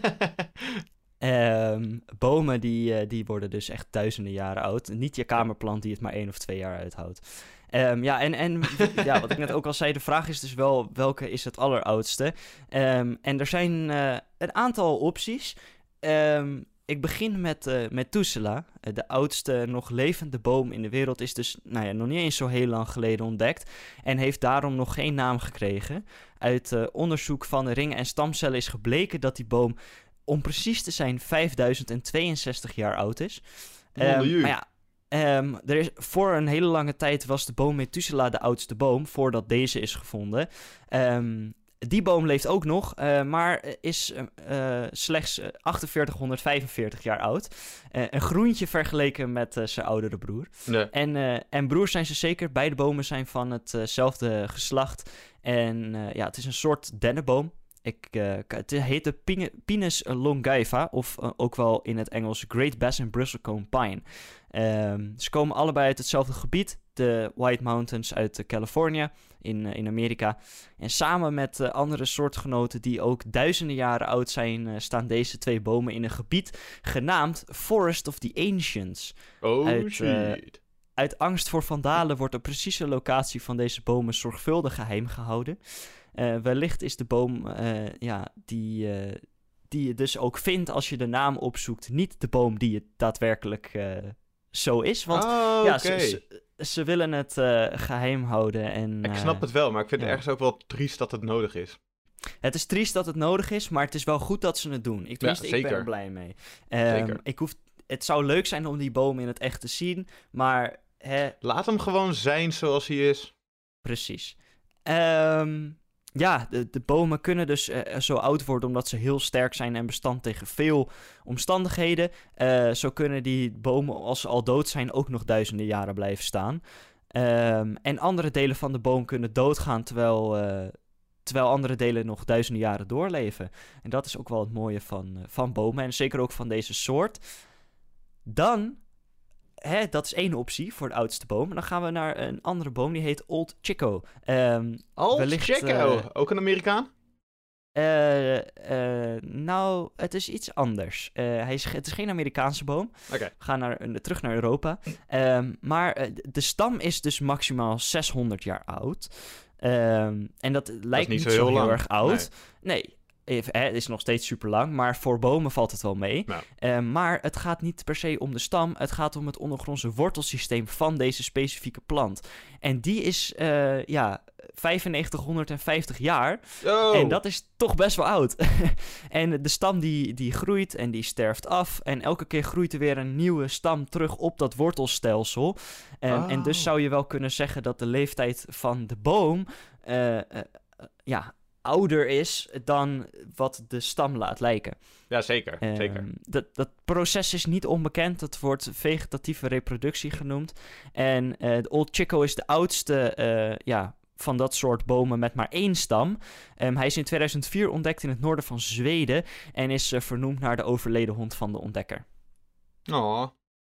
Um, bomen die, uh, die worden dus echt duizenden jaren oud. Niet je kamerplant die het maar één of twee jaar uithoudt. Um, ja, en, en ja, wat ik net ook al zei, de vraag is dus wel welke is het alleroudste. Um, en er zijn uh, een aantal opties. Um, ik begin met uh, Methuselah. Uh, de oudste nog levende boom in de wereld is dus nou ja, nog niet eens zo heel lang geleden ontdekt. En heeft daarom nog geen naam gekregen. Uit uh, onderzoek van de ringen en stamcellen is gebleken dat die boom... om precies te zijn vijfduizend tweeënzestig jaar oud is. Um, maar ja, um, er is, voor een hele lange tijd was de boom Methuselah de oudste boom, voordat deze is gevonden. Um, die boom leeft ook nog, uh, maar is uh, slechts achtenveertighonderdvijfenveertig jaar oud. Uh, een groentje vergeleken met uh, zijn oudere broer. Nee. En, uh, en broers zijn ze zeker. Beide bomen zijn van hetzelfde uh, geslacht. En uh, ja, het is een soort dennenboom. Ik, uh, het heet de Pine, Pinus longaiva, of uh, ook wel in het Engels Great Basin Bristlecone Pine. Um, ze komen allebei uit hetzelfde gebied, de White Mountains uit uh, Californië in, uh, in Amerika. En samen met uh, andere soortgenoten die ook duizenden jaren oud zijn, uh, staan deze twee bomen in een gebied genaamd Forest of the Ancients. Oh uit, shit. Uh, uit angst voor vandalen wordt de precieze locatie van deze bomen zorgvuldig geheim gehouden. Uh, wellicht is de boom uh, ja, die, uh, die je dus ook vindt als je de naam opzoekt, niet de boom die het daadwerkelijk uh, zo is. Want oh, ja, okay. ze, ze, ze willen het uh, geheim houden. En, ik snap uh, het wel, maar ik vind ja. het ergens ook wel triest dat het nodig is. Het is triest dat het nodig is, maar het is wel goed dat ze het doen. Ik, tenminste, ja, ik ben er blij mee. Um, zeker. Ik hoef, het zou leuk zijn om die boom in het echt te zien, maar... Hè, laat hem gewoon zijn zoals hij is. Precies. Um, Ja, de, de bomen kunnen dus uh, zo oud worden omdat ze heel sterk zijn en bestand tegen veel omstandigheden. Uh, zo kunnen die bomen, als ze al dood zijn, ook nog duizenden jaren blijven staan. Um, en andere delen van de boom kunnen doodgaan terwijl, uh, terwijl andere delen nog duizenden jaren doorleven. En dat is ook wel het mooie van, uh, van bomen en zeker ook van deze soort. Dan... Hè, dat is één optie voor de oudste boom. En dan gaan we naar een andere boom, die heet Old Chico. Um, Old wellicht, Chico? Uh, ook een Amerikaan? Uh, uh, nou, het is iets anders. Uh, hij is, het is geen Amerikaanse boom. Okay. We gaan naar, uh, terug naar Europa. Um, maar uh, de stam is dus maximaal zeshonderd jaar oud. Um, en dat lijkt dat niet, niet zo heel, heel erg oud. Nee. nee. Even, hè, het is nog steeds super lang, maar voor bomen valt het wel mee. Nou. Uh, maar het gaat niet per se om de stam, het gaat om het ondergrondse wortelsysteem van deze specifieke plant. En die is, uh, ja, vijfennegentighonderdvijftig jaar. Oh. En dat is toch best wel oud. En de stam die, die groeit en die sterft af. En elke keer groeit er weer een nieuwe stam terug op dat wortelstelsel. En, oh. en dus zou je wel kunnen zeggen dat de leeftijd van de boom... Uh, uh, ja... ouder is dan wat de stam laat lijken. Ja, zeker. Uh, zeker. Dat, dat proces is niet onbekend. Het wordt vegetatieve reproductie genoemd. En uh, de Old Chico is de oudste uh, ja, van dat soort bomen met maar één stam. Um, hij is in tweeduizend vier ontdekt in het noorden van Zweden en is uh, vernoemd naar de overleden hond van de ontdekker. Oh.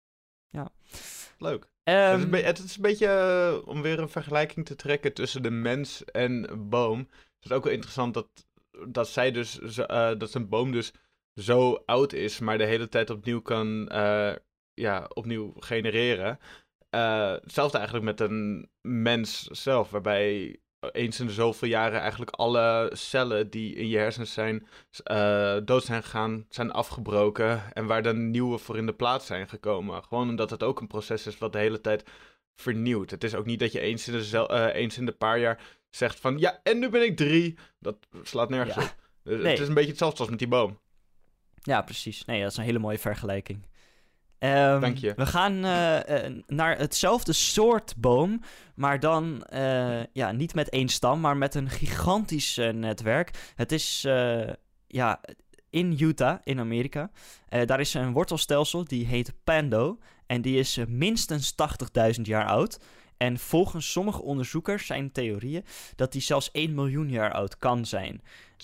Ja. Leuk. Um, het, is een be- het is een beetje, uh, om weer een vergelijking te trekken tussen de mens en boom. Het is ook wel interessant dat, dat zij dus, uh, dat een boom dus zo oud is, maar de hele tijd opnieuw kan, uh, ja, opnieuw genereren. Uh, hetzelfde eigenlijk met een mens zelf, waarbij eens in de zoveel jaren eigenlijk alle cellen die in je hersens zijn, uh, dood zijn gegaan, zijn afgebroken en waar dan nieuwe voor in de plaats zijn gekomen. Gewoon omdat het ook een proces is wat de hele tijd vernieuwt. Het is ook niet dat je eens in de, zel- uh, eens in de paar jaar zegt van, ja, en nu ben ik drie. Dat slaat nergens ja. op. Dus nee. Het is een beetje hetzelfde als met die boom. Ja, precies. Nee, dat is een hele mooie vergelijking. Um, Dank je. We gaan uh, uh, naar hetzelfde soort boom, maar dan uh, ja, niet met één stam, maar met een gigantisch uh, netwerk. Het is uh, ja, in Utah, in Amerika. Uh, daar is een wortelstelsel, die heet Pando. En die is uh, minstens tachtigduizend jaar oud. En volgens sommige onderzoekers zijn theorieën dat die zelfs één miljoen jaar oud kan zijn.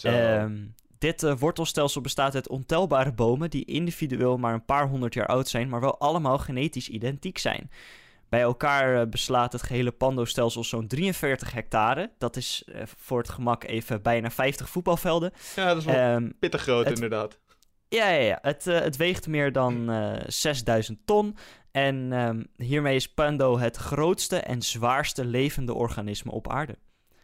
Um, dit uh, wortelstelsel bestaat uit ontelbare bomen die individueel maar een paar honderd jaar oud zijn, maar wel allemaal genetisch identiek zijn. Bij elkaar uh, beslaat het gehele Pando-stelsel zo'n drieënveertig hectare. Dat is uh, voor het gemak even bijna vijftig voetbalvelden. Ja, dat is wel um, pittig groot het, inderdaad. Ja, ja, ja. Het, uh, het weegt meer dan uh, zesduizend ton. En um, hiermee is Pando het grootste en zwaarste levende organisme op aarde.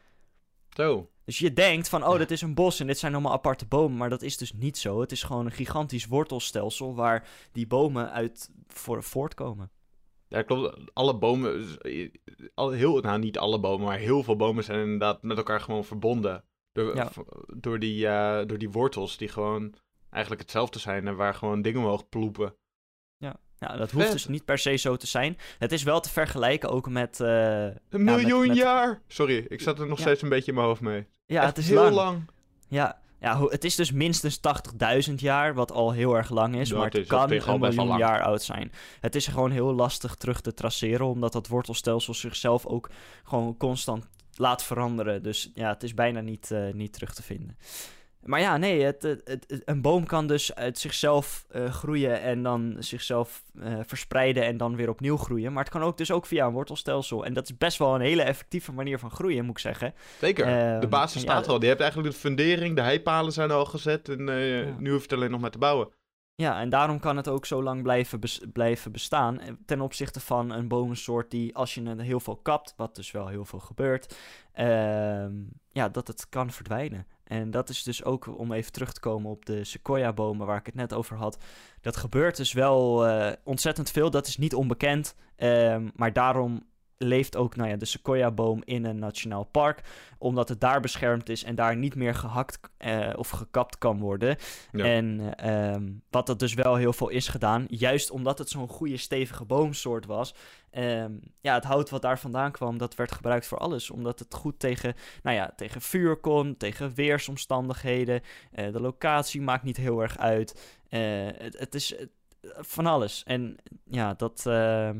Zo. Dus je denkt van, oh, ja. dit is een bos en dit zijn allemaal aparte bomen. Maar dat is dus niet zo. Het is gewoon een gigantisch wortelstelsel waar die bomen uit voor voortkomen. Ja, klopt. Alle bomen, al, heel, nou niet alle bomen, maar heel veel bomen zijn inderdaad met elkaar gewoon verbonden. Door, ja. door, die, uh, door die wortels die gewoon eigenlijk hetzelfde zijn en waar gewoon dingen omhoog ploepen. Ja. Ja, dat hoeft Vet. dus niet per se zo te zijn. Het is wel te vergelijken ook met... Uh, een miljoen ja, met, met... jaar! Sorry, ik zat er nog ja. steeds een beetje in mijn hoofd mee. Ja, Echt het is heel lang. lang. Ja, ja, het is dus minstens tachtigduizend jaar, wat al heel erg lang is. Ja, maar het, het kan een miljoen jaar oud zijn. Het is gewoon heel lastig terug te traceren, omdat dat wortelstelsel zichzelf ook gewoon constant laat veranderen. Dus ja, het is bijna niet, uh, niet terug te vinden. Maar ja, nee, het, het, het, een boom kan dus uit zichzelf uh, groeien en dan zichzelf uh, verspreiden en dan weer opnieuw groeien. Maar het kan ook dus ook via een wortelstelsel. En dat is best wel een hele effectieve manier van groeien, moet ik zeggen. Zeker, uh, de basis staat ja, al. Die hebt eigenlijk de fundering, de heipalen zijn al gezet en uh, ja. nu hoef je het alleen nog maar te bouwen. Ja, en daarom kan het ook zo lang blijven, bes- blijven bestaan. Ten opzichte van een bomensoort die, als je het heel veel kapt, wat dus wel heel veel gebeurt, uh, ja, dat het kan verdwijnen. En dat is dus ook, om even terug te komen op de sequoia-bomen waar ik het net over had. Dat gebeurt dus wel uh, ontzettend veel, dat is niet onbekend. Uh, maar daarom leeft ook nou ja, de sequoia-boom in een nationaal park, omdat het daar beschermd is en daar niet meer gehakt uh, of gekapt kan worden. Ja. En uh, um, wat dat dus wel heel veel is gedaan, juist omdat het zo'n goede stevige boomsoort was. Um, ja, het hout wat daar vandaan kwam, dat werd gebruikt voor alles, omdat het goed tegen, nou ja, tegen vuur kon, tegen weersomstandigheden. Uh, de locatie maakt niet heel erg uit. Uh, het, het is uh, van alles. En ja, dat... Uh,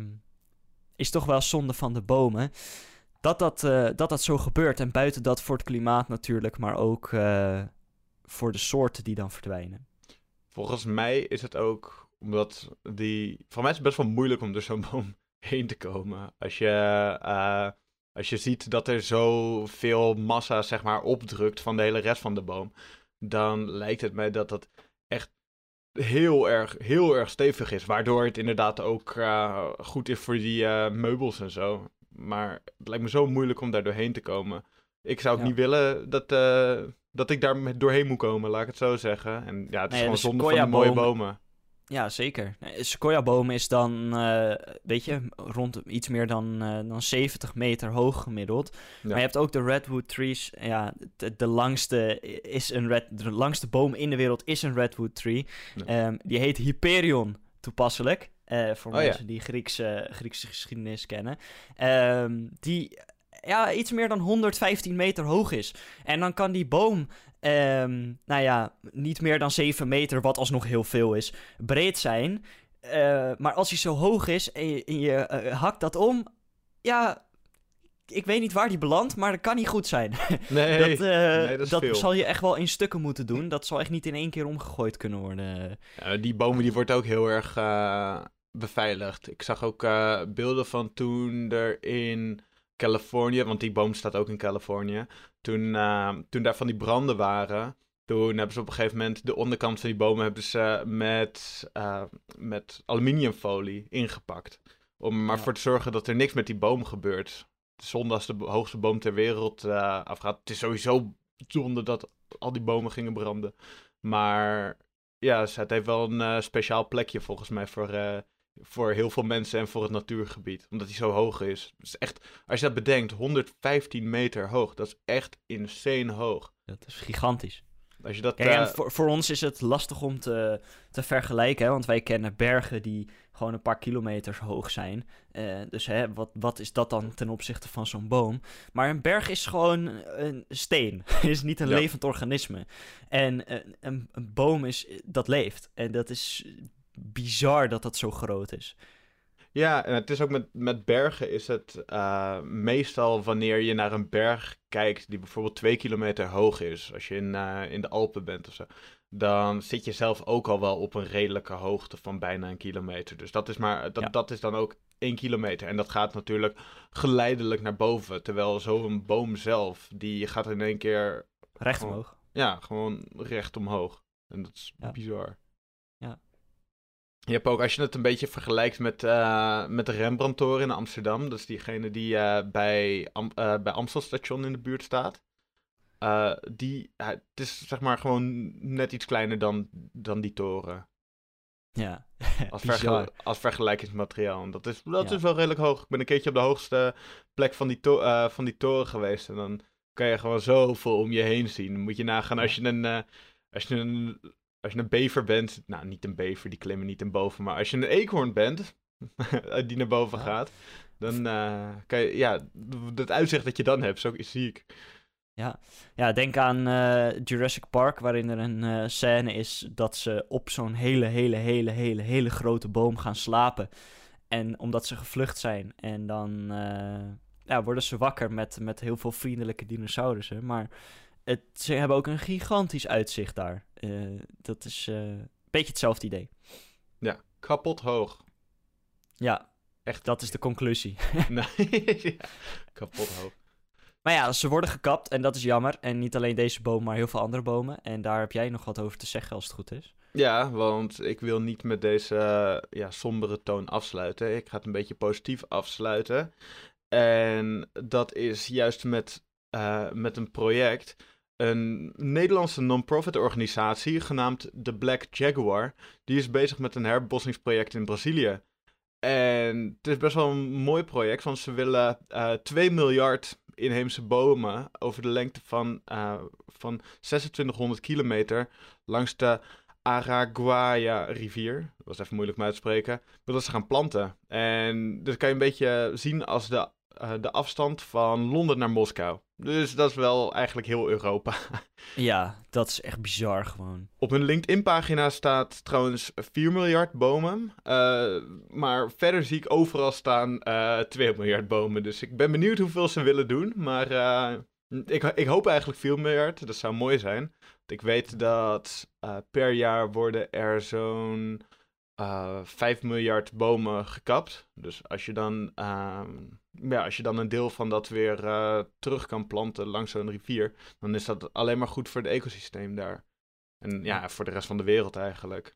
is toch wel zonde van de bomen. Dat dat, uh, dat dat zo gebeurt. En buiten dat voor het klimaat natuurlijk, maar ook uh, voor de soorten die dan verdwijnen. Volgens mij is het ook omdat die... Voor mij is het best wel moeilijk om door zo'n boom heen te komen. Als je, uh, als je ziet dat er zoveel massa, zeg maar, opdrukt van de hele rest van de boom, dan lijkt het mij dat dat echt heel erg, heel erg stevig is. Waardoor het inderdaad ook uh, goed is voor die uh, meubels en zo. Maar het lijkt me zo moeilijk om daar doorheen te komen. ik zou ook Ja. niet willen dat, uh, dat ik daar doorheen moet komen, laat ik het zo zeggen. En ja, het is Nee, gewoon de zonde van die mooie sequoia-boom- bomen. Ja, zeker. Nee, Sequoia-boom is dan, eh, weet je, rond iets meer dan, eh, dan zeventig meter hoog gemiddeld. Ja. Maar je hebt ook de redwood trees. Ja, de, de langste is een red, de langste boom in de wereld is een redwood tree. Ja. Ehm, die heet Hyperion, toepasselijk. eh, voor Oh, mensen ja. die Griekse, Griekse geschiedenis kennen. Ehm, die ja, iets meer dan honderdvijftien meter hoog is. En dan kan die boom... Um, nou ja, niet meer dan zeven meter, wat alsnog heel veel is, breed zijn. Uh, maar als hij zo hoog is en je, en je uh, hakt dat om, ja, ik weet niet waar die belandt, maar dat kan niet goed zijn. Nee, dat, uh, nee, dat, is dat veel. zal je echt wel in stukken moeten doen. Dat zal echt niet in één keer omgegooid kunnen worden. Ja, die bomen die wordt ook heel erg uh, beveiligd. Ik zag ook uh, beelden van toen er in Californië, want die boom staat ook in Californië. Toen, uh, toen daar van die branden waren, toen hebben ze op een gegeven moment de onderkant van die bomen hebben ze met, uh, met aluminiumfolie ingepakt. Om er maar ja. voor te zorgen dat er niks met die boom gebeurt. Zonde als de hoogste boom ter wereld uh, afgaat. Het is sowieso zonde dat al die bomen gingen branden. Maar ja, het heeft wel een uh, speciaal plekje volgens mij voor... Uh, voor heel veel mensen en voor het natuurgebied. Omdat hij zo hoog is. Het is echt, als je dat bedenkt, honderdvijftien meter hoog. Dat is echt insane hoog. Dat is gigantisch. Als je dat, Kijk, uh... en voor, voor ons is het lastig om te, te vergelijken. Hè? Want wij kennen bergen die gewoon een paar kilometers hoog zijn. Uh, dus hè, wat, wat is dat dan ten opzichte van zo'n boom? Maar een berg is gewoon een steen. is niet een ja. levend organisme. En uh, een, een boom is, dat leeft. En dat is... bizar dat dat zo groot is. Ja, en het is ook met, met bergen is het uh, meestal wanneer je naar een berg kijkt die bijvoorbeeld twee kilometer hoog is, als je in, uh, in de Alpen bent of zo, dan zit je zelf ook al wel op een redelijke hoogte van bijna een kilometer. Dus dat is, maar, dat, ja. dat is dan ook één kilometer. En dat gaat natuurlijk geleidelijk naar boven, terwijl zo'n boom zelf, die gaat in één keer... Recht gewoon, omhoog. Ja, gewoon recht omhoog. En dat is ja. bizar. Ja. Je hebt ook, als je het een beetje vergelijkt met, uh, met de Rembrandttoren in Amsterdam, dat is diegene die uh, bij, Am- uh, bij Amstelstation in de buurt staat. Uh, die, uh, het is zeg maar gewoon net iets kleiner dan, dan die toren. Ja, als, vergel- als vergelijkingsmateriaal. En dat is, dat ja. is wel redelijk hoog. Ik ben een keertje op de hoogste plek van die, to- uh, van die toren geweest. En dan kan je gewoon zoveel om je heen zien. Dan moet je nagaan als je een... Uh, als je een Als je een bever bent, nou niet een bever, die klimmen niet in boven, maar als je een eekhoorn bent, die naar boven ja. gaat, dan uh, kan je, ja, het uitzicht dat je dan hebt, zo is ziek. Ja, ja denk aan uh, Jurassic Park, waarin er een uh, scène is dat ze op zo'n hele, hele, hele, hele, hele grote boom gaan slapen. En omdat ze gevlucht zijn. En dan uh, ja, worden ze wakker met, met heel veel vriendelijke dinosaurussen, maar... Het, ze hebben ook een gigantisch uitzicht daar. Uh, dat is uh, een beetje hetzelfde idee. Ja, kapot hoog. Ja, echt. Dat is de conclusie. Nee, ja, kapot hoog. Maar ja, ze worden gekapt en dat is jammer. En niet alleen deze boom, maar heel veel andere bomen. En daar heb jij nog wat over te zeggen als het goed is. Ja, want ik wil niet met deze uh, ja, sombere toon afsluiten. Ik ga het een beetje positief afsluiten. En dat is juist met, uh, met een project... Een Nederlandse non-profit organisatie genaamd The Black Jaguar. Die is bezig met een herbebossingsproject in Brazilië. En het is best wel een mooi project, want ze willen uh, twee miljard inheemse bomen over de lengte van, uh, van zesentwintighonderd kilometer langs de Araguaia-rivier. Dat was even moeilijk om uit te spreken. Willen ze gaan planten. En dat kan je een beetje zien als de, uh, de afstand van Londen naar Moskou. Dus dat is wel eigenlijk heel Europa. Ja, dat is echt bizar gewoon. Op hun LinkedIn-pagina staat trouwens vier miljard bomen. Uh, maar verder zie ik overal staan uh, twee miljard bomen. Dus ik ben benieuwd hoeveel ze willen doen. Maar uh, ik, ik hoop eigenlijk vier miljard. Dat zou mooi zijn. Want ik weet dat uh, per jaar worden er zo'n uh, vijf miljard bomen gekapt. Dus als je dan... Uh, Ja, als je dan een deel van dat weer uh, terug kan planten langs zo'n rivier, dan is dat alleen maar goed voor het ecosysteem daar. En ja, voor de rest van de wereld eigenlijk.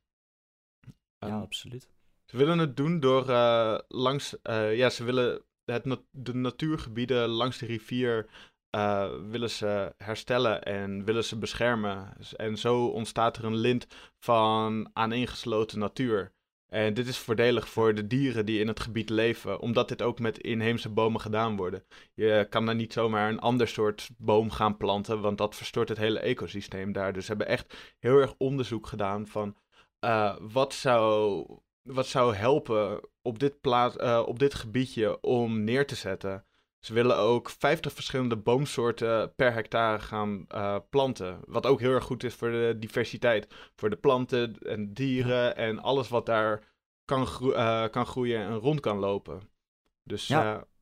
Um, ja, um, absoluut. Ze willen het doen door uh, langs, uh, ja, ze willen het nat- de natuurgebieden langs de rivier uh, willen ze herstellen en willen ze beschermen. En zo ontstaat er een lint van aaneengesloten natuur. En dit is voordelig voor de dieren die in het gebied leven, omdat dit ook met inheemse bomen gedaan wordt. Je kan daar niet zomaar een ander soort boom gaan planten, want dat verstoort het hele ecosysteem daar. Dus ze hebben echt heel erg onderzoek gedaan van uh, wat zou... wat zou helpen op dit, plaats, uh, op dit gebiedje om neer te zetten. Ze willen ook vijftig verschillende boomsoorten per hectare gaan uh, planten. Wat ook heel erg goed is voor de diversiteit. Voor de planten en dieren en alles wat daar kan, gro- uh, kan groeien en rond kan lopen. Dus, ja. uh,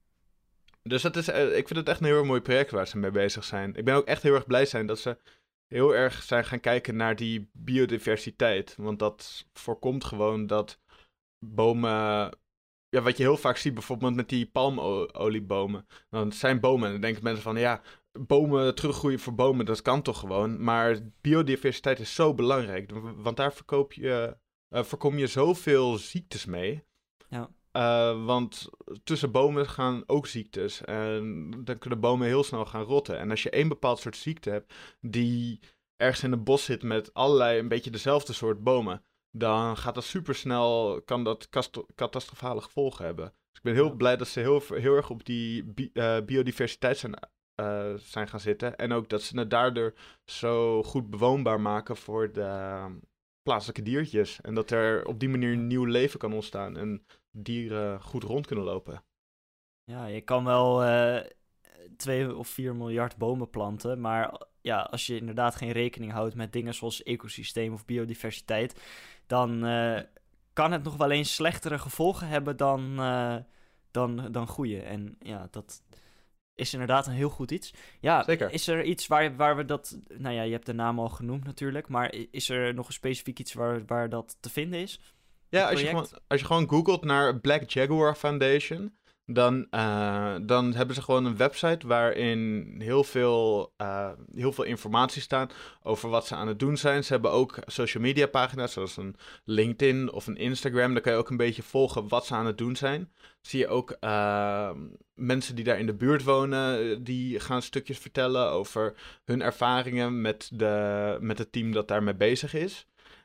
dus dat is, uh, ik vind het echt een heel erg mooi project waar ze mee bezig zijn. Ik ben ook echt heel erg blij zijn dat ze heel erg zijn gaan kijken naar die biodiversiteit. Want dat voorkomt gewoon dat bomen, ja, wat je heel vaak ziet bijvoorbeeld met die palmoliebomen. Dan zijn bomen en dan denken mensen van, ja, bomen teruggroeien voor bomen, dat kan toch gewoon. Maar biodiversiteit is zo belangrijk, want daar verkoop je, uh, voorkom je zoveel ziektes mee. Ja. Uh, want tussen bomen gaan ook ziektes en dan kunnen bomen heel snel gaan rotten. En als je één bepaald soort ziekte hebt die ergens in een bos zit met allerlei een beetje dezelfde soort bomen, dan gaat dat supersnel, kan dat kast- catastrofale gevolgen hebben. Dus ik ben heel ja. blij dat ze heel, heel erg op die bi- uh, biodiversiteit zijn, uh, zijn gaan zitten. En ook dat ze het daardoor zo goed bewoonbaar maken voor de uh, plaatselijke diertjes. En dat er op die manier een nieuw leven kan ontstaan en dieren goed rond kunnen lopen. Ja, je kan wel uh, twee of vier miljard bomen planten, maar ja, als je inderdaad geen rekening houdt met dingen zoals ecosysteem of biodiversiteit, dan uh, kan het nog wel eens slechtere gevolgen hebben dan, uh, dan, dan goede. En ja, dat is inderdaad een heel goed iets. Ja, zeker. Is er iets waar, waar we dat... Nou ja, je hebt de naam al genoemd natuurlijk, maar is er nog een specifiek iets waar, waar dat te vinden is? Ja, als je, gewoon, als je gewoon googelt naar Black Jaguar Foundation, dan, uh, dan hebben ze gewoon een website waarin heel veel, uh, heel veel informatie staat over wat ze aan het doen zijn. Ze hebben ook social media pagina's zoals een LinkedIn of een Instagram. Daar kan je ook een beetje volgen wat ze aan het doen zijn. Zie je ook uh, mensen die daar in de buurt wonen, die gaan stukjes vertellen over hun ervaringen met, de, met het team dat daarmee bezig is.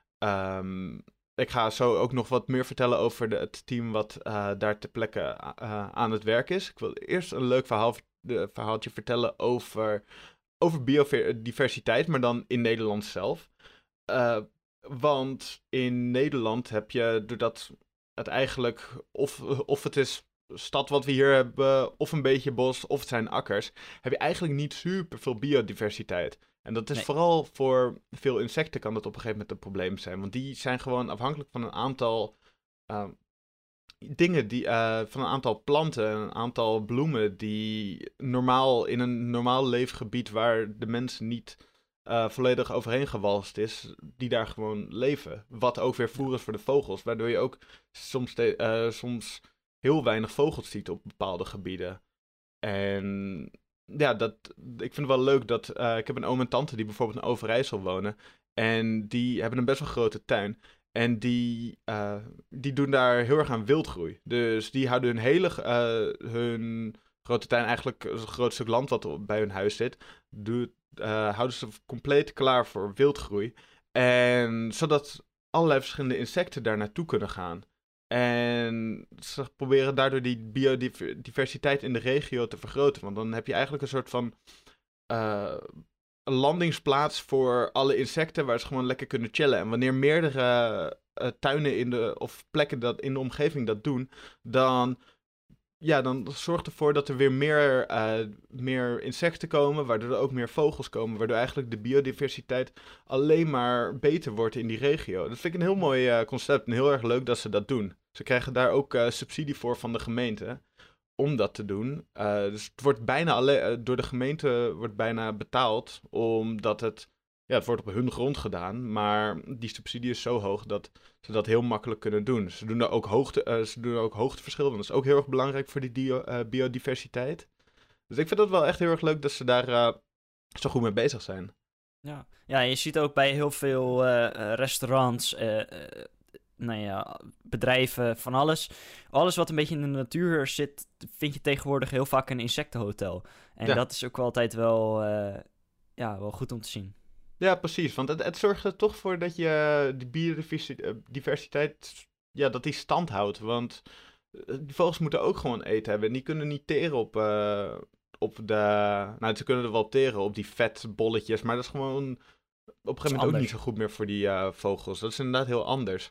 Um, Ik ga zo ook nog wat meer vertellen over de, het team wat uh, daar ter plekke uh, aan het werk is. Ik wil eerst een leuk verhaal, de, verhaaltje vertellen over, over biodiversiteit, maar dan in Nederland zelf. Uh, want in Nederland heb je, doordat het eigenlijk, of, of het is stad wat we hier hebben, of een beetje bos, of het zijn akkers, heb je eigenlijk niet super veel biodiversiteit. En dat is nee. vooral voor veel insecten kan dat op een gegeven moment een probleem zijn. Want die zijn gewoon afhankelijk van een aantal uh, dingen, die, uh, van een aantal planten, een aantal bloemen die normaal in een normaal leefgebied waar de mensen niet uh, volledig overheen gewalst is, die daar gewoon leven. Wat ook weer voer is voor de vogels, waardoor je ook soms, de, uh, soms heel weinig vogels ziet op bepaalde gebieden. En ja, dat, ik vind het wel leuk dat... Uh, ik heb een oom en tante die bijvoorbeeld in Overijssel wonen. En die hebben een best wel grote tuin. En die, uh, die doen daar heel erg aan wildgroei. Dus die houden hun hele... Uh, hun grote tuin, eigenlijk een groot stuk land wat bij hun huis zit, doet, uh, houden ze compleet klaar voor wildgroei. En zodat allerlei verschillende insecten daar naartoe kunnen gaan. En ze proberen daardoor die biodiversiteit in de regio te vergroten. Want dan heb je eigenlijk een soort van uh, een landingsplaats voor alle insecten waar ze gewoon lekker kunnen chillen. En wanneer meerdere uh, tuinen in de, of plekken dat in de omgeving dat doen, dan, ja, dan zorgt ervoor dat er weer meer, uh, meer insecten komen, waardoor er ook meer vogels komen, waardoor eigenlijk de biodiversiteit alleen maar beter wordt in die regio. Dat vind ik een heel mooi uh, concept en heel erg leuk dat ze dat doen. Ze krijgen daar ook uh, subsidie voor van de gemeente om dat te doen. Uh, dus het wordt bijna alleen, uh, door de gemeente wordt bijna betaald, omdat het, ja, het wordt op hun grond gedaan, maar die subsidie is zo hoog dat ze dat heel makkelijk kunnen doen. Ze doen er ook, hoogte, uh, ze doen er ook hoogteverschillen, dat is ook heel erg belangrijk voor die dio, uh, biodiversiteit. Dus ik vind het wel echt heel erg leuk dat ze daar uh, zo goed mee bezig zijn. Ja, ja, je ziet ook bij heel veel uh, restaurants, uh, uh, nou ja, bedrijven, van alles. Alles wat een beetje in de natuur zit, vind je tegenwoordig heel vaak een insectenhotel. En ja. dat is ook wel altijd wel, uh, ja, wel goed om te zien. Ja, precies. Want het, het zorgt er toch voor dat je die biodiversiteit, ja, dat die stand houdt. Want die vogels moeten ook gewoon eten hebben. En die kunnen niet teren op, uh, op de... Nou, ze kunnen er wel teren op die vetbolletjes. Maar dat is gewoon op een gegeven moment ook niet zo goed meer voor die uh, vogels. Dat is inderdaad heel anders.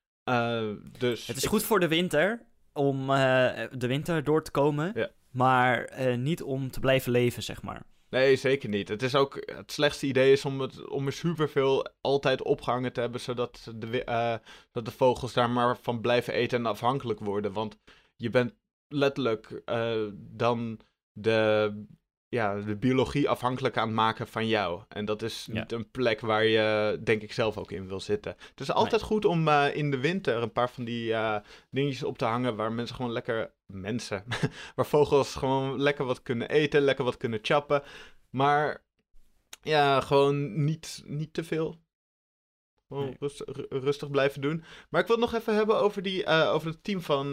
Uh, dus het is ik... goed voor de winter, om uh, de winter door te komen. Ja. Maar uh, niet om te blijven leven, zeg maar. Nee, zeker niet. Het is ook het slechtste idee is om, het, om er superveel altijd opgehangen te hebben, zodat de, uh, dat de vogels daar maar van blijven eten en afhankelijk worden. Want je bent letterlijk uh, dan de, ja, de biologie afhankelijk aan het maken van jou. En dat is ja. niet een plek waar je, denk ik, zelf ook in wil zitten. Het is altijd nee. goed om uh, in de winter een paar van die uh, dingetjes op te hangen waar mensen gewoon lekker... Mensen. Waar vogels gewoon lekker wat kunnen eten, lekker wat kunnen chappen. Maar ja, gewoon niet, niet te veel. Gewoon nee. rustig, rustig blijven doen. Maar ik wil het nog even hebben over, die, uh, over het team van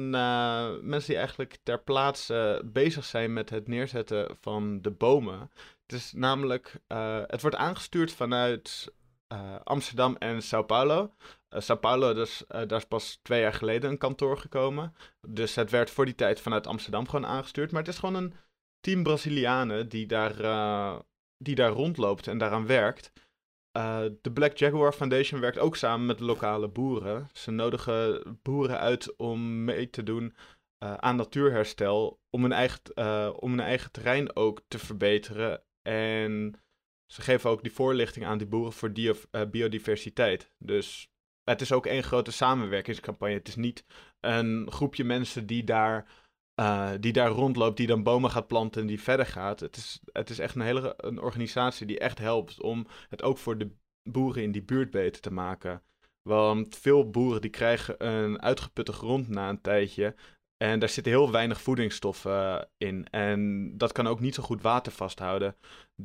uh, mensen die eigenlijk ter plaatse uh, bezig zijn met het neerzetten van de bomen. Het is namelijk, uh, het wordt aangestuurd vanuit uh, Amsterdam en Sao Paulo. Uh, Sao Paulo, dus, uh, daar is pas twee jaar geleden een kantoor gekomen. Dus het werd voor die tijd vanuit Amsterdam gewoon aangestuurd. Maar het is gewoon een team Brazilianen die daar, uh, die daar rondloopt en daaraan werkt. Uh, de Black Jaguar Foundation werkt ook samen met de lokale boeren. Ze nodigen boeren uit om mee te doen uh, aan natuurherstel. Om hun, eigen, uh, om hun eigen terrein ook te verbeteren. En ze geven ook die voorlichting aan die boeren voor die, uh, biodiversiteit. Dus... Het is ook één grote samenwerkingscampagne. Het is niet een groepje mensen die daar, uh, die daar rondloopt, die dan bomen gaat planten en die verder gaat. Het is, het is echt een hele een organisatie die echt helpt om het ook voor de boeren in die buurt beter te maken. Want veel boeren die krijgen een uitgeputte grond na een tijdje. En daar zitten heel weinig voedingsstoffen uh, in. En dat kan ook niet zo goed water vasthouden.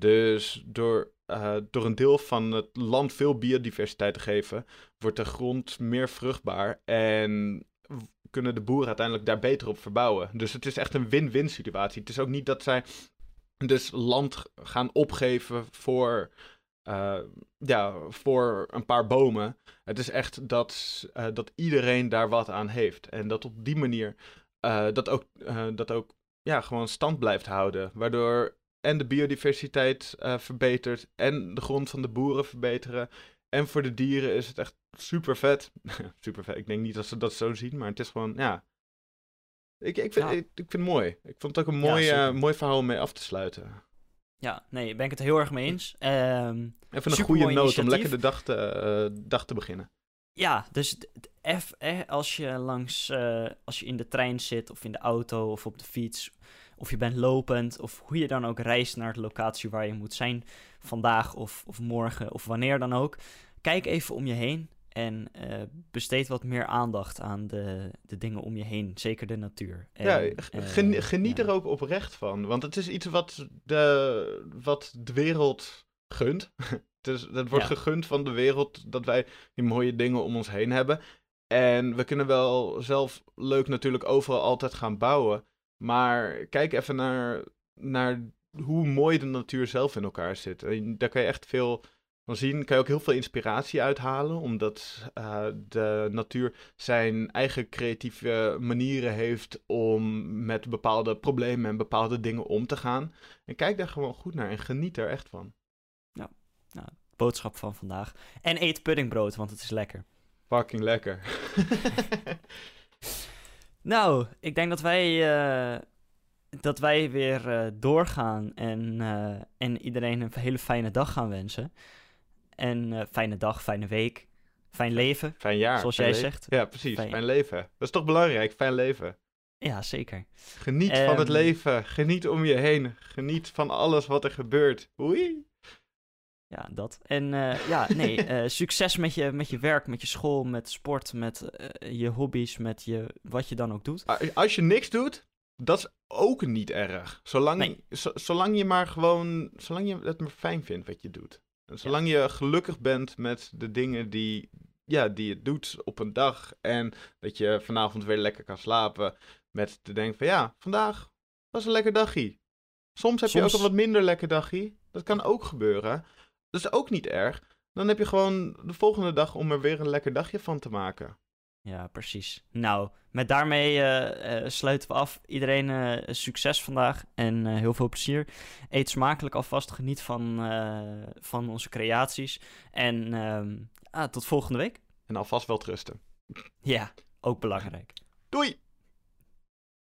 Dus door, uh, door een deel van het land veel biodiversiteit te geven, wordt de grond meer vruchtbaar. En kunnen de boeren uiteindelijk daar beter op verbouwen. Dus het is echt een win-win situatie. Het is ook niet dat zij dus land gaan opgeven voor... Uh, ja, voor een paar bomen. Het is echt dat, uh, dat iedereen daar wat aan heeft. En dat op die manier uh, dat ook, uh, dat ook ja, gewoon stand blijft houden. Waardoor en de biodiversiteit uh, verbetert en de grond van de boeren verbeteren. En voor de dieren is het echt super vet. super vet. Ik denk niet dat ze dat zo zien, maar het is gewoon, ja. Ik, ik, vind, ja. ik, ik vind het mooi. Ik vond het ook een mooi, ja, uh, mooi verhaal om mee af te sluiten. Ja, nee, ben ik het heel erg mee eens. Um, Even een goede noot om lekker de dag te, uh, dag te beginnen. Ja, dus F, eh, als je langs, uh, als je in de trein zit of in de auto of op de fiets, of je bent lopend, of hoe je dan ook reist naar de locatie waar je moet zijn vandaag of, of morgen of wanneer dan ook. Kijk even om je heen en uh, besteed wat meer aandacht aan de, de dingen om je heen, zeker de natuur. En, ja, gen, uh, geniet ja. er ook oprecht van, want het is iets wat de, wat de wereld gunt. Het, is, het wordt ja. gegund van de wereld dat wij die mooie dingen om ons heen hebben. En we kunnen wel zelf leuk natuurlijk overal altijd gaan bouwen. Maar kijk even naar, naar hoe mooi de natuur zelf in elkaar zit. En daar kan je echt veel van zien. Kan je ook heel veel inspiratie uithalen. Omdat uh, de natuur zijn eigen creatieve manieren heeft om met bepaalde problemen en bepaalde dingen om te gaan. En kijk daar gewoon goed naar en geniet er echt van. Ja, nou, boodschap van vandaag. En eet puddingbrood, want het is lekker. Fucking lekker. Nou, ik denk dat wij, uh, dat wij weer uh, doorgaan en, uh, en iedereen een hele fijne dag gaan wensen. En uh, fijne dag, fijne week, fijn leven. Fijn jaar. Zoals jij leven. zegt. Ja, precies. Fijn... fijn leven. Dat is toch belangrijk, fijn leven. Ja, zeker. Geniet um... van het leven. Geniet om je heen. Geniet van alles wat er gebeurt. Oei. Ja, dat. En uh, ja, nee, uh, succes met je, met je werk, met je school, met sport, met uh, je hobby's, met je, wat je dan ook doet. Als je niks doet, dat is ook niet erg. Zolang, nee. z- zolang je maar gewoon, zolang je het maar fijn vindt wat je doet. En zolang ja. je gelukkig bent met de dingen die, ja, die je doet op een dag. En dat je vanavond weer lekker kan slapen met te denken van ja, vandaag was een lekker dagje. Soms heb Soms... je ook een wat minder lekker dagje. Dat kan ook gebeuren. Dat is ook niet erg. Dan heb je gewoon de volgende dag om er weer een lekker dagje van te maken. Ja, precies. Nou, met daarmee uh, uh, sluiten we af. Iedereen uh, succes vandaag en uh, heel veel plezier. Eet smakelijk alvast, geniet van, uh, van onze creaties. En uh, ah, tot volgende week. En alvast wel trusten. Ja, ook belangrijk. Doei!